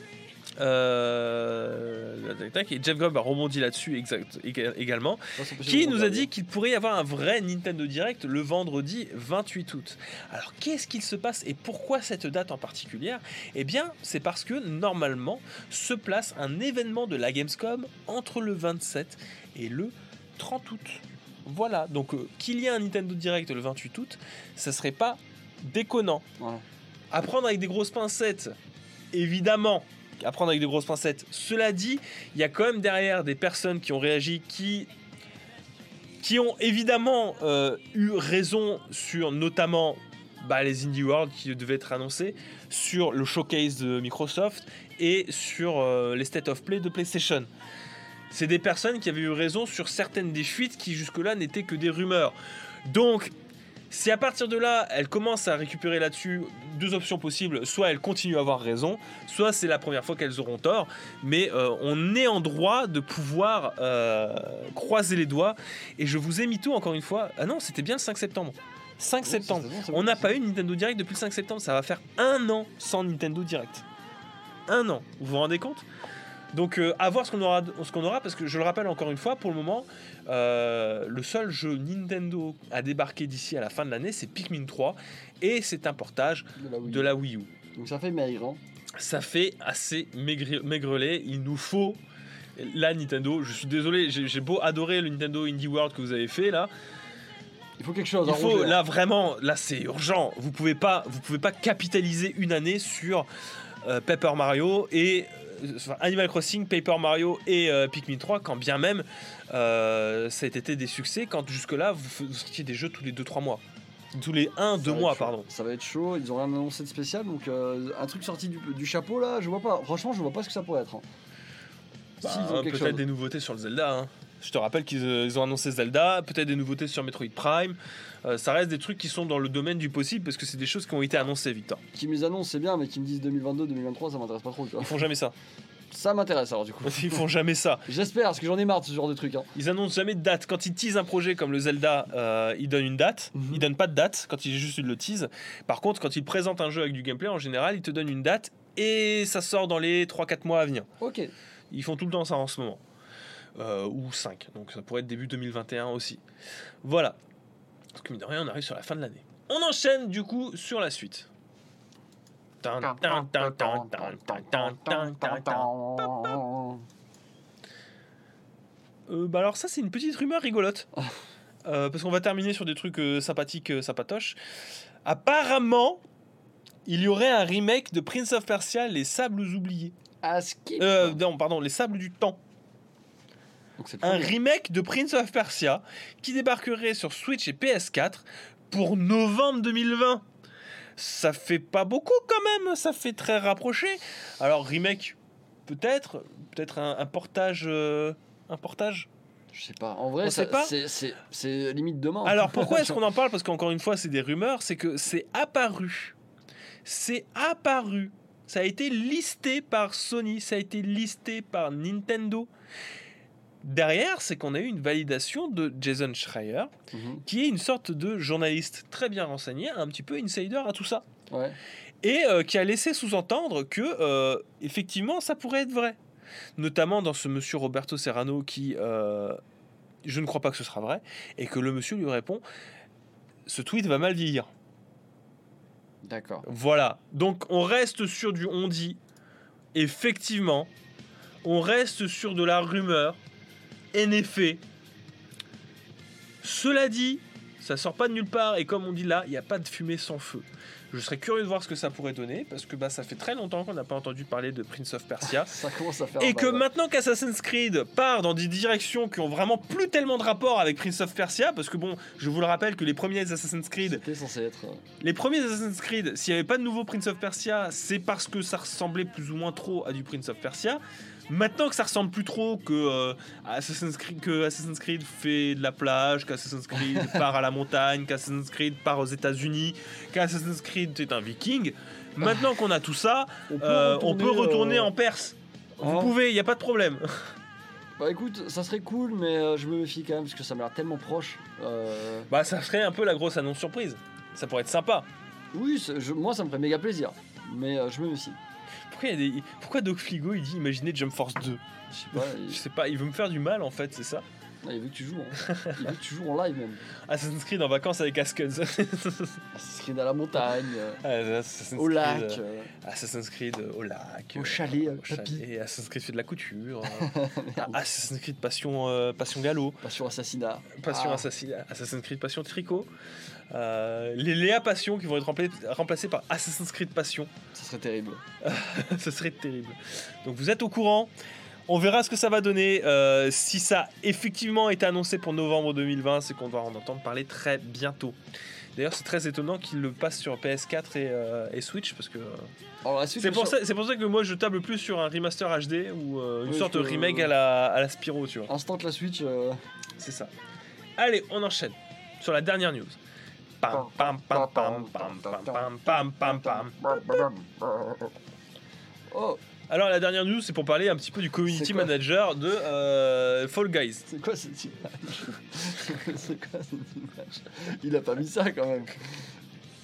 Et Jeff Grubb a rebondi là-dessus également, qui nous a dit qu'il pourrait y avoir un vrai Nintendo Direct le vendredi 28 août. Alors qu'est-ce qu'il se passe et pourquoi cette date en particulier? Eh bien c'est parce que normalement se place un événement de la Gamescom entre le 27 et le 30 août. Voilà, donc qu'il y ait un Nintendo Direct le 28 août, ça serait pas déconnant. Ouais. À prendre avec des grosses pincettes, évidemment. À prendre avec des grosses pincettes. Cela dit, il y a quand même derrière des personnes qui ont réagi, qui ont évidemment eu raison sur notamment les Indie World qui devaient être annoncés, sur le showcase de Microsoft et sur les State of Play de PlayStation. C'est des personnes qui avaient eu raison sur certaines des fuites qui jusque-là n'étaient que des rumeurs. Donc, si à partir de là, elles commencent à récupérer là-dessus, deux options possibles. Soit elles continuent à avoir raison, soit c'est la première fois qu'elles auront tort. Mais on est en droit de pouvoir croiser les doigts. Et je vous ai mis tout encore une fois. Ah non, c'était bien le 5 septembre. 5 septembre. On n'a pas eu Nintendo Direct depuis le 5 septembre. Ça va faire 1 an sans Nintendo Direct. 1 an. Vous vous rendez compte ? Donc à voir ce qu'on aura, parce que je le rappelle encore une fois, pour le moment, le seul jeu Nintendo à débarquer d'ici à la fin de l'année, c'est Pikmin 3, et c'est un portage de la Wii U. Donc ça fait maigre, hein. Ça fait assez maigrelet, il nous faut la Nintendo. Je suis désolé, j'ai beau adorer le Nintendo Indie World que vous avez fait là. Il faut quelque chose. Il faut, là vraiment, là c'est urgent. Vous pouvez pas capitaliser une année sur Paper Mario et Animal Crossing, Paper Mario et Pikmin 3, quand bien même ça a été des succès, quand jusque-là vous sortiez des jeux tous les 2-3 mois. Tous les 1-2 mois, pardon. Ça va être chaud, ils ont rien annoncé de spécial, donc un truc sorti du chapeau là, je vois pas. Franchement, je vois pas ce que ça pourrait être. Peut-être des nouveautés sur le Zelda. Hein. Je te rappelle qu'ils ont annoncé Zelda, peut-être des nouveautés sur Metroid Prime. Ça reste des trucs qui sont dans le domaine du possible parce que c'est des choses qui ont été annoncées, Victor. Qui me les annoncent, c'est bien, mais qui me disent 2022, 2023, ça m'intéresse pas trop. Tu vois. Ils font jamais ça. Ça m'intéresse alors du coup. Ils font jamais ça. J'espère, parce que j'en ai marre de ce genre de trucs. Hein. Ils annoncent jamais de date. Quand ils teasent un projet comme le Zelda, ils donnent une date. Ils donnent pas de date quand ils juste le teasent. Par contre, quand ils présentent un jeu avec du gameplay, en général, ils te donnent une date et ça sort dans les 3-4 mois à venir. Ok. Ils font tout le temps ça en ce moment. Ou 5. Donc ça pourrait être début 2021 aussi. Voilà. Parce que mine de rien, on arrive sur la fin de l'année. On enchaîne du coup sur la suite. Alors ça c'est une petite rumeur rigolote parce qu'on va terminer sur des trucs sympathiques, sympatoches. Apparemment il y aurait un remake de Prince of Persia, les Sables oubliés. Non pardon, les Sables du Temps. Donc un remake de Prince of Persia qui débarquerait sur Switch et PS4 pour novembre 2020. Ça fait pas beaucoup quand même, ça fait très rapproché. Alors remake, peut-être un portage, un portage. Je sais pas. En vrai, c'est limite demain. Alors pourquoi est-ce qu'on en parle? Parce qu'encore une fois, c'est des rumeurs. C'est que c'est apparu. Ça a été listé par Sony, ça a été listé par Nintendo. Derrière, c'est qu'on a eu une validation de Jason Schreier, qui est une sorte de journaliste très bien renseigné, un petit peu insider à tout ça. Ouais. Et qui a laissé sous-entendre que, effectivement, ça pourrait être vrai. Notamment dans ce monsieur Roberto Serrano qui, je ne crois pas que ce sera vrai, et que le monsieur lui répond, ce tweet va mal vieillir. D'accord. Voilà. Donc, on reste sur du on-dit. Effectivement, on reste sur de la rumeur. En effet, cela dit, ça sort pas de nulle part et comme on dit là, il n'y a pas de fumée sans feu. Je serais curieux de voir ce que ça pourrait donner parce que ça fait très longtemps qu'on n'a pas entendu parler de Prince of Persia. Ça commence à faire et que maintenant qu'Assassin's Creed part dans des directions qui ont vraiment plus tellement de rapport avec Prince of Persia, parce que bon, je vous le rappelle que les premiers Assassin's Creed, c'était censé être... les premiers Assassin's Creed, s'il n'y avait pas de nouveau Prince of Persia, c'est parce que ça ressemblait plus ou moins trop à du Prince of Persia. Maintenant que ça ressemble plus trop que Assassin's Creed fait de la plage, qu'Assassin's Creed part à la montagne, qu'Assassin's Creed part aux États-Unis, qu'Assassin's Creed est un viking. Maintenant qu'on a tout ça, on peut retourner en Perse. Vous pouvez, il n'y a pas de problème. Bah écoute, ça serait cool, mais je me méfie quand même parce que ça m'a l'air tellement proche. Ça serait un peu la grosse annonce surprise. Ça pourrait être sympa. Oui, moi ça me ferait méga plaisir, mais je me méfie. Pourquoi Doc Fligo il dit imaginez Jump Force 2? Je sais pas, il veut me faire du mal en fait, c'est ça? Il veut que tu joues, hein. Il veut que tu joues en live même. Assassin's Creed en vacances avec Askens. Assassin's Creed à la montagne, au lac. Assassin's Creed au lac. Au chalet, et Assassin's Creed fait de la couture. Assassin's Creed Passion Gallo. Passion Assassinat. Assassinat. Assassin's Creed Passion Tricot. Les Léa Passion qui vont être remplacés par Assassin's Creed Passion. Ça serait terrible. Ça serait terrible. Donc vous êtes au courant. On verra ce que ça va donner. Si ça effectivement est annoncé pour novembre 2020, c'est qu'on va en entendre parler très bientôt. D'ailleurs, c'est très étonnant qu'il le passe sur PS4 et Switch parce que c'est pour ça que moi je table plus sur un remaster HD ou une sorte de remake à la Spyro, tu vois. Instant la Switch. C'est ça. Allez, on enchaîne sur la dernière news. Pam pam pam pam pam pam pam pam pam pam. Oh. Alors la dernière news, c'est pour parler un petit peu du community manager de Fall Guys. C'est quoi cette image? Il a pas mis ça quand même.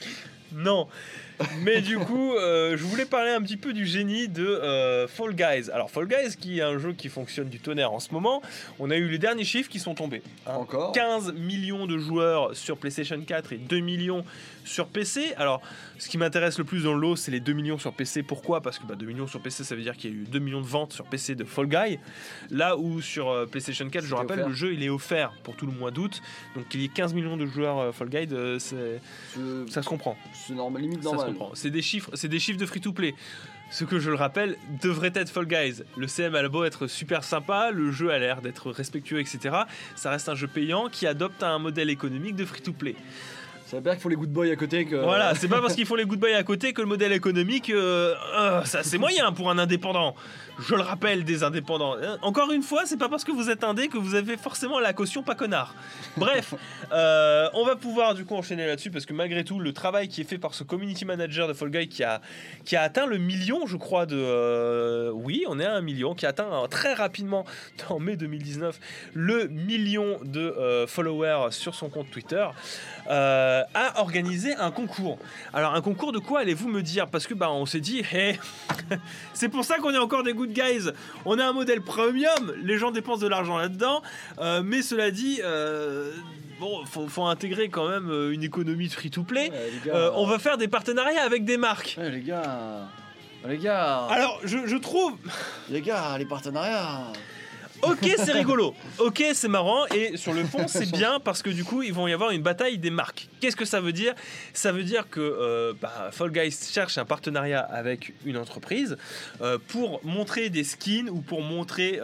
Non. Mais du coup, je voulais parler un petit peu du génie de Fall Guys. Alors Fall Guys, qui est un jeu qui fonctionne du tonnerre en ce moment, on a eu les derniers chiffres qui sont tombés. Encore 15 millions de joueurs sur PlayStation 4 et 2 millions sur PC. Alors, ce qui m'intéresse le plus dans le lot, c'est les 2 millions sur PC. Pourquoi ? Parce que 2 millions sur PC, ça veut dire qu'il y a eu 2 millions de ventes sur PC de Fall Guys. Là où sur PlayStation 4, je rappelle, le jeu il est offert pour tout le mois d'août. Donc qu'il y ait 15 millions de joueurs Fall Guys, ça se comprend. C'est normal, limite normal. C'est des chiffres de free-to-play. Ce que je le rappelle devrait être Fall Guys. Le CM a beau être super sympa, le jeu a l'air d'être respectueux, etc. Ça reste un jeu payant qui adopte un modèle économique de free-to-play. Ça veut dire qu'il faut les good boys à côté que... Voilà, c'est pas parce qu'il faut les good boys à côté que le modèle économique, ça c'est moyen pour un indépendant. Je le rappelle, des indépendants. Encore une fois, c'est pas parce que vous êtes indé que vous avez forcément la caution pas connard. Bref, on va pouvoir du coup enchaîner là-dessus parce que malgré tout, le travail qui est fait par ce community manager de Fall Guys qui a atteint le million, je crois, oui, on est à 1 million, qui a atteint très rapidement, en mai 2019, le million de followers sur son compte Twitter, a organisé un concours. Alors, un concours de quoi allez-vous me dire ? Parce que on s'est dit, hey, c'est pour ça qu'on est encore des good guys. On a un modèle premium, les gens dépensent de l'argent là-dedans, mais cela dit, faut intégrer quand même une économie de free-to-play. On va faire des partenariats avec des marques. Ouais, les gars. Alors, je trouve... Les gars, les partenariats... Ok, c'est rigolo. Ok, c'est marrant. Et sur le fond, c'est bien parce que du coup, ils vont y avoir une bataille des marques. Qu'est-ce que ça veut dire ? Ça veut dire que Fall Guys cherche un partenariat avec une entreprise pour montrer des skins ou pour montrer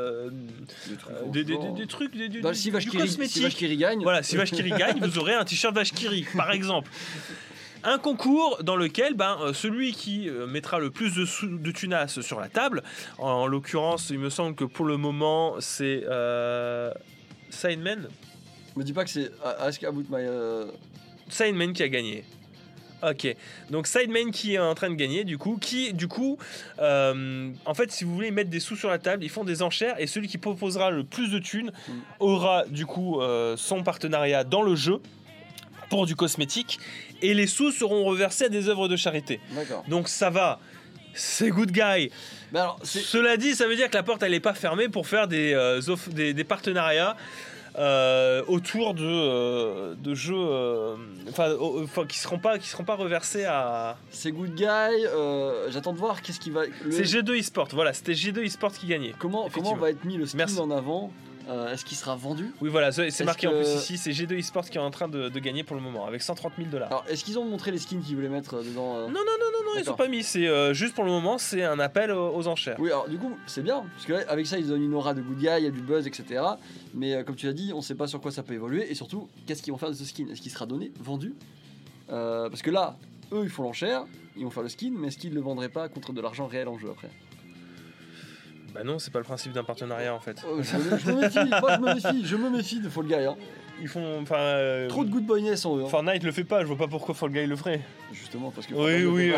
des trucs, du cosmétique. Si Vachkiri gagne. Voilà, si Vachkiri gagne, vous aurez un t-shirt Vachkiri, par exemple. Un concours dans lequel celui qui mettra le plus de tunas sur la table, en l'occurrence, il me semble que pour le moment, c'est Sidemen. Me dis pas que c'est Ask About My... Sidemen qui a gagné. Ok, donc Sidemen qui est en train de gagner, en fait, si vous voulez mettre des sous sur la table, ils font des enchères et celui qui proposera le plus de thunes aura du coup son partenariat dans le jeu pour du cosmétique et les sous seront reversés à des œuvres de charité. D'accord. Donc ça va, c'est good guy. Cela dit, ça veut dire que la porte elle est pas fermée pour faire des partenariats autour de jeux qui seront pas reversés à... C'est good guy, j'attends de voir qu'est-ce qui va... C'est G2 eSport, voilà, c'était G2 eSport qui gagnait. Comment va être mis le skin en avant ? Est-ce qu'il sera vendu ? Oui, voilà, c'est marqué en plus ici, c'est G2 eSport qui est en train de gagner pour le moment, avec 130 000 $. Alors, est-ce qu'ils ont montré les skins qu'ils voulaient mettre dedans Non, ils sont pas mis, c'est juste pour le moment, c'est un appel aux enchères. Oui, alors du coup, c'est bien, parce que là, avec ça, ils donnent une aura de good guy, il y a du buzz, etc. Mais comme tu l'as dit, on sait pas sur quoi ça peut évoluer, et surtout, qu'est-ce qu'ils vont faire de ce skin ? Est-ce qu'il sera donné, vendu ? Parce que là, eux, ils font l'enchère, ils vont faire le skin, mais est-ce qu'ils le vendraient pas contre de l'argent réel en jeu après ? Bah non, c'est pas le principe d'un partenariat en fait. Je me méfie de Fall Guy. Hein. Ils font, trop de good boyness en eux. Hein. Fortnite le fait pas, je vois pas pourquoi Fall Guy le ferait. Justement parce que. Oui.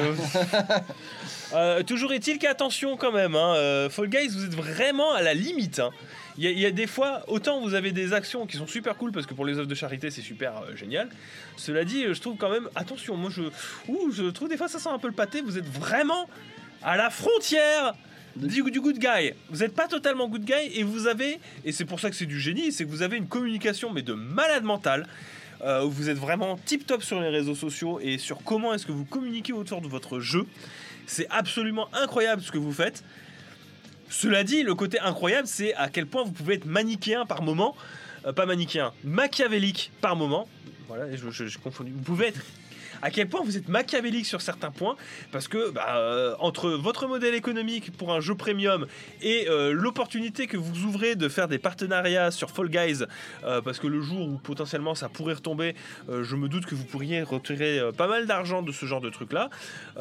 Toujours est-il qu'attention quand même. Fall Guys, vous êtes vraiment à la limite. Hein. Il y a des fois, autant vous avez des actions qui sont super cool parce que pour les œuvres de charité c'est super génial. Cela dit, je trouve quand même, attention, moi je trouve des fois ça sent un peu le pâté. Vous êtes vraiment à la frontière du good guy. Vous n'êtes pas totalement good guy et c'est pour ça que c'est du génie, c'est que vous avez une communication mais de malade mental. Vous êtes vraiment tip top sur les réseaux sociaux et sur comment est-ce que vous communiquez autour de votre jeu. C'est absolument incroyable ce que vous faites. Cela dit, le côté incroyable, c'est à quel point vous pouvez être manichéen par moment, pas manichéen, machiavélique par moment. Voilà, je confonds. Vous pouvez être à quel point vous êtes machiavélique sur certains points, parce que entre votre modèle économique pour un jeu premium et l'opportunité que vous ouvrez de faire des partenariats sur Fall Guys, parce que le jour où potentiellement ça pourrait retomber, je me doute que vous pourriez retirer pas mal d'argent de ce genre de truc là.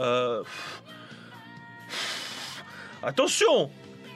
Attention,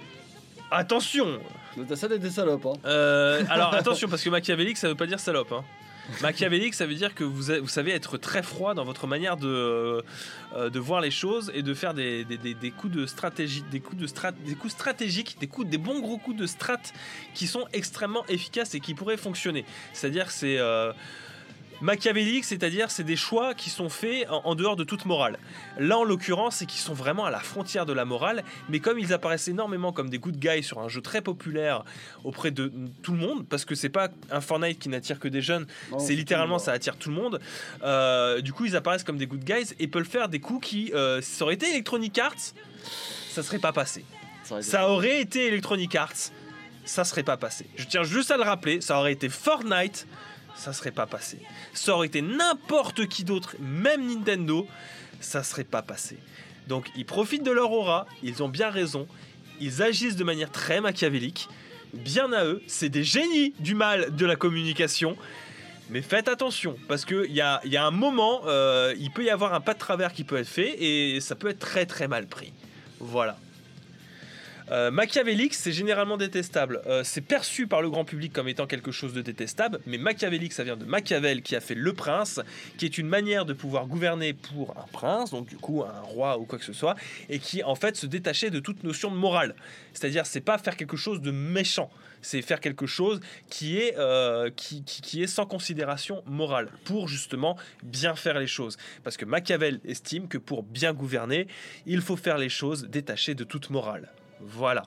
t'as ça des salopes, hein. Alors attention, parce que machiavélique ça veut pas dire salope, hein. Machiavélique, ça veut dire que vous savez être très froid dans votre manière de voir les choses et de faire des coups de stratégie, des coups stratégiques, des bons gros coups de strat qui sont extrêmement efficaces et qui pourraient fonctionner. C'est-à-dire que c'est Machiavélique, c'est-à-dire c'est des choix qui sont faits en dehors de toute morale. Là, en l'occurrence, c'est qu'ils sont vraiment à la frontière de la morale, mais comme ils apparaissent énormément comme des good guys sur un jeu très populaire auprès de tout le monde, parce que c'est pas un Fortnite qui n'attire que des jeunes, c'est littéralement ça attire tout le monde. Du coup, ils apparaissent comme des good guys et peuvent faire des coups qui, si ça aurait été Electronic Arts, ça serait pas passé. Ça aurait été Electronic Arts, ça serait pas passé. Je tiens juste à le rappeler, ça aurait été Fortnite, ça serait pas passé. Ça aurait été n'importe qui d'autre, même Nintendo, ça serait pas passé. Donc ils profitent de leur aura, ils ont bien raison, ils agissent de manière très machiavélique, bien à eux, c'est des génies du mal de la communication. Mais faites attention, parce qu'il y a un moment, il peut y avoir un pas de travers qui peut être fait, et ça peut être très très mal pris. Voilà. Machiavélique, c'est généralement détestable. C'est perçu par le grand public comme étant quelque chose de détestable, mais machiavélique, ça vient de Machiavel qui a fait Le Prince, qui est une manière de pouvoir gouverner pour un prince, donc du coup un roi ou quoi que ce soit, et qui en fait se détachait de toute notion de morale. C'est-à-dire, c'est pas faire quelque chose de méchant, c'est faire quelque chose qui est sans considération morale, pour justement bien faire les choses. Parce que Machiavel estime que pour bien gouverner, il faut faire les choses détachées de toute morale. Voilà.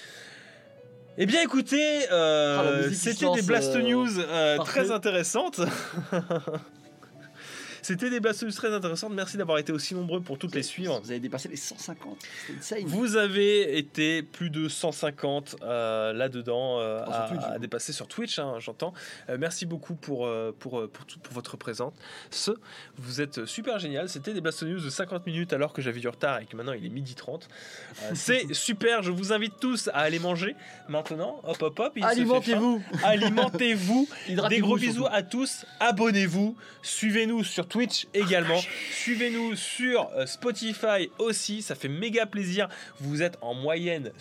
Eh bien écoutez, c'était des Blast News très intéressantes. C'était des Blast News très intéressantes. Merci d'avoir été aussi nombreux pour toutes les suivre. Vous avez dépassé les 150. C'est insane. Vous avez été plus de 150 là-dedans à dépasser sur Twitch, hein, j'entends. Merci beaucoup pour votre présence. Vous êtes super génial. C'était des Blast News de 50 minutes alors que j'avais du retard et que maintenant il est 12h30. C'est super. Je vous invite tous à aller manger maintenant. Hop, hop, hop. Alimentez-vous. Alimentez-vous. Des gros bisous à tous. Abonnez-vous. Suivez-nous sur Twitch également. Suivez-nous sur Spotify aussi. Ça fait méga plaisir. Vous êtes en moyenne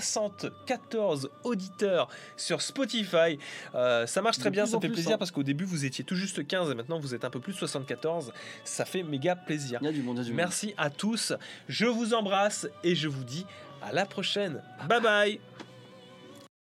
74 auditeurs sur Spotify. Ça marche très bien. Ça fait plaisir parce qu'au début vous étiez tout juste 15 et maintenant vous êtes un peu plus 74. Ça fait méga plaisir. Il y a du monde, Merci à tous. Je vous embrasse et je vous dis à la prochaine. Bye bye.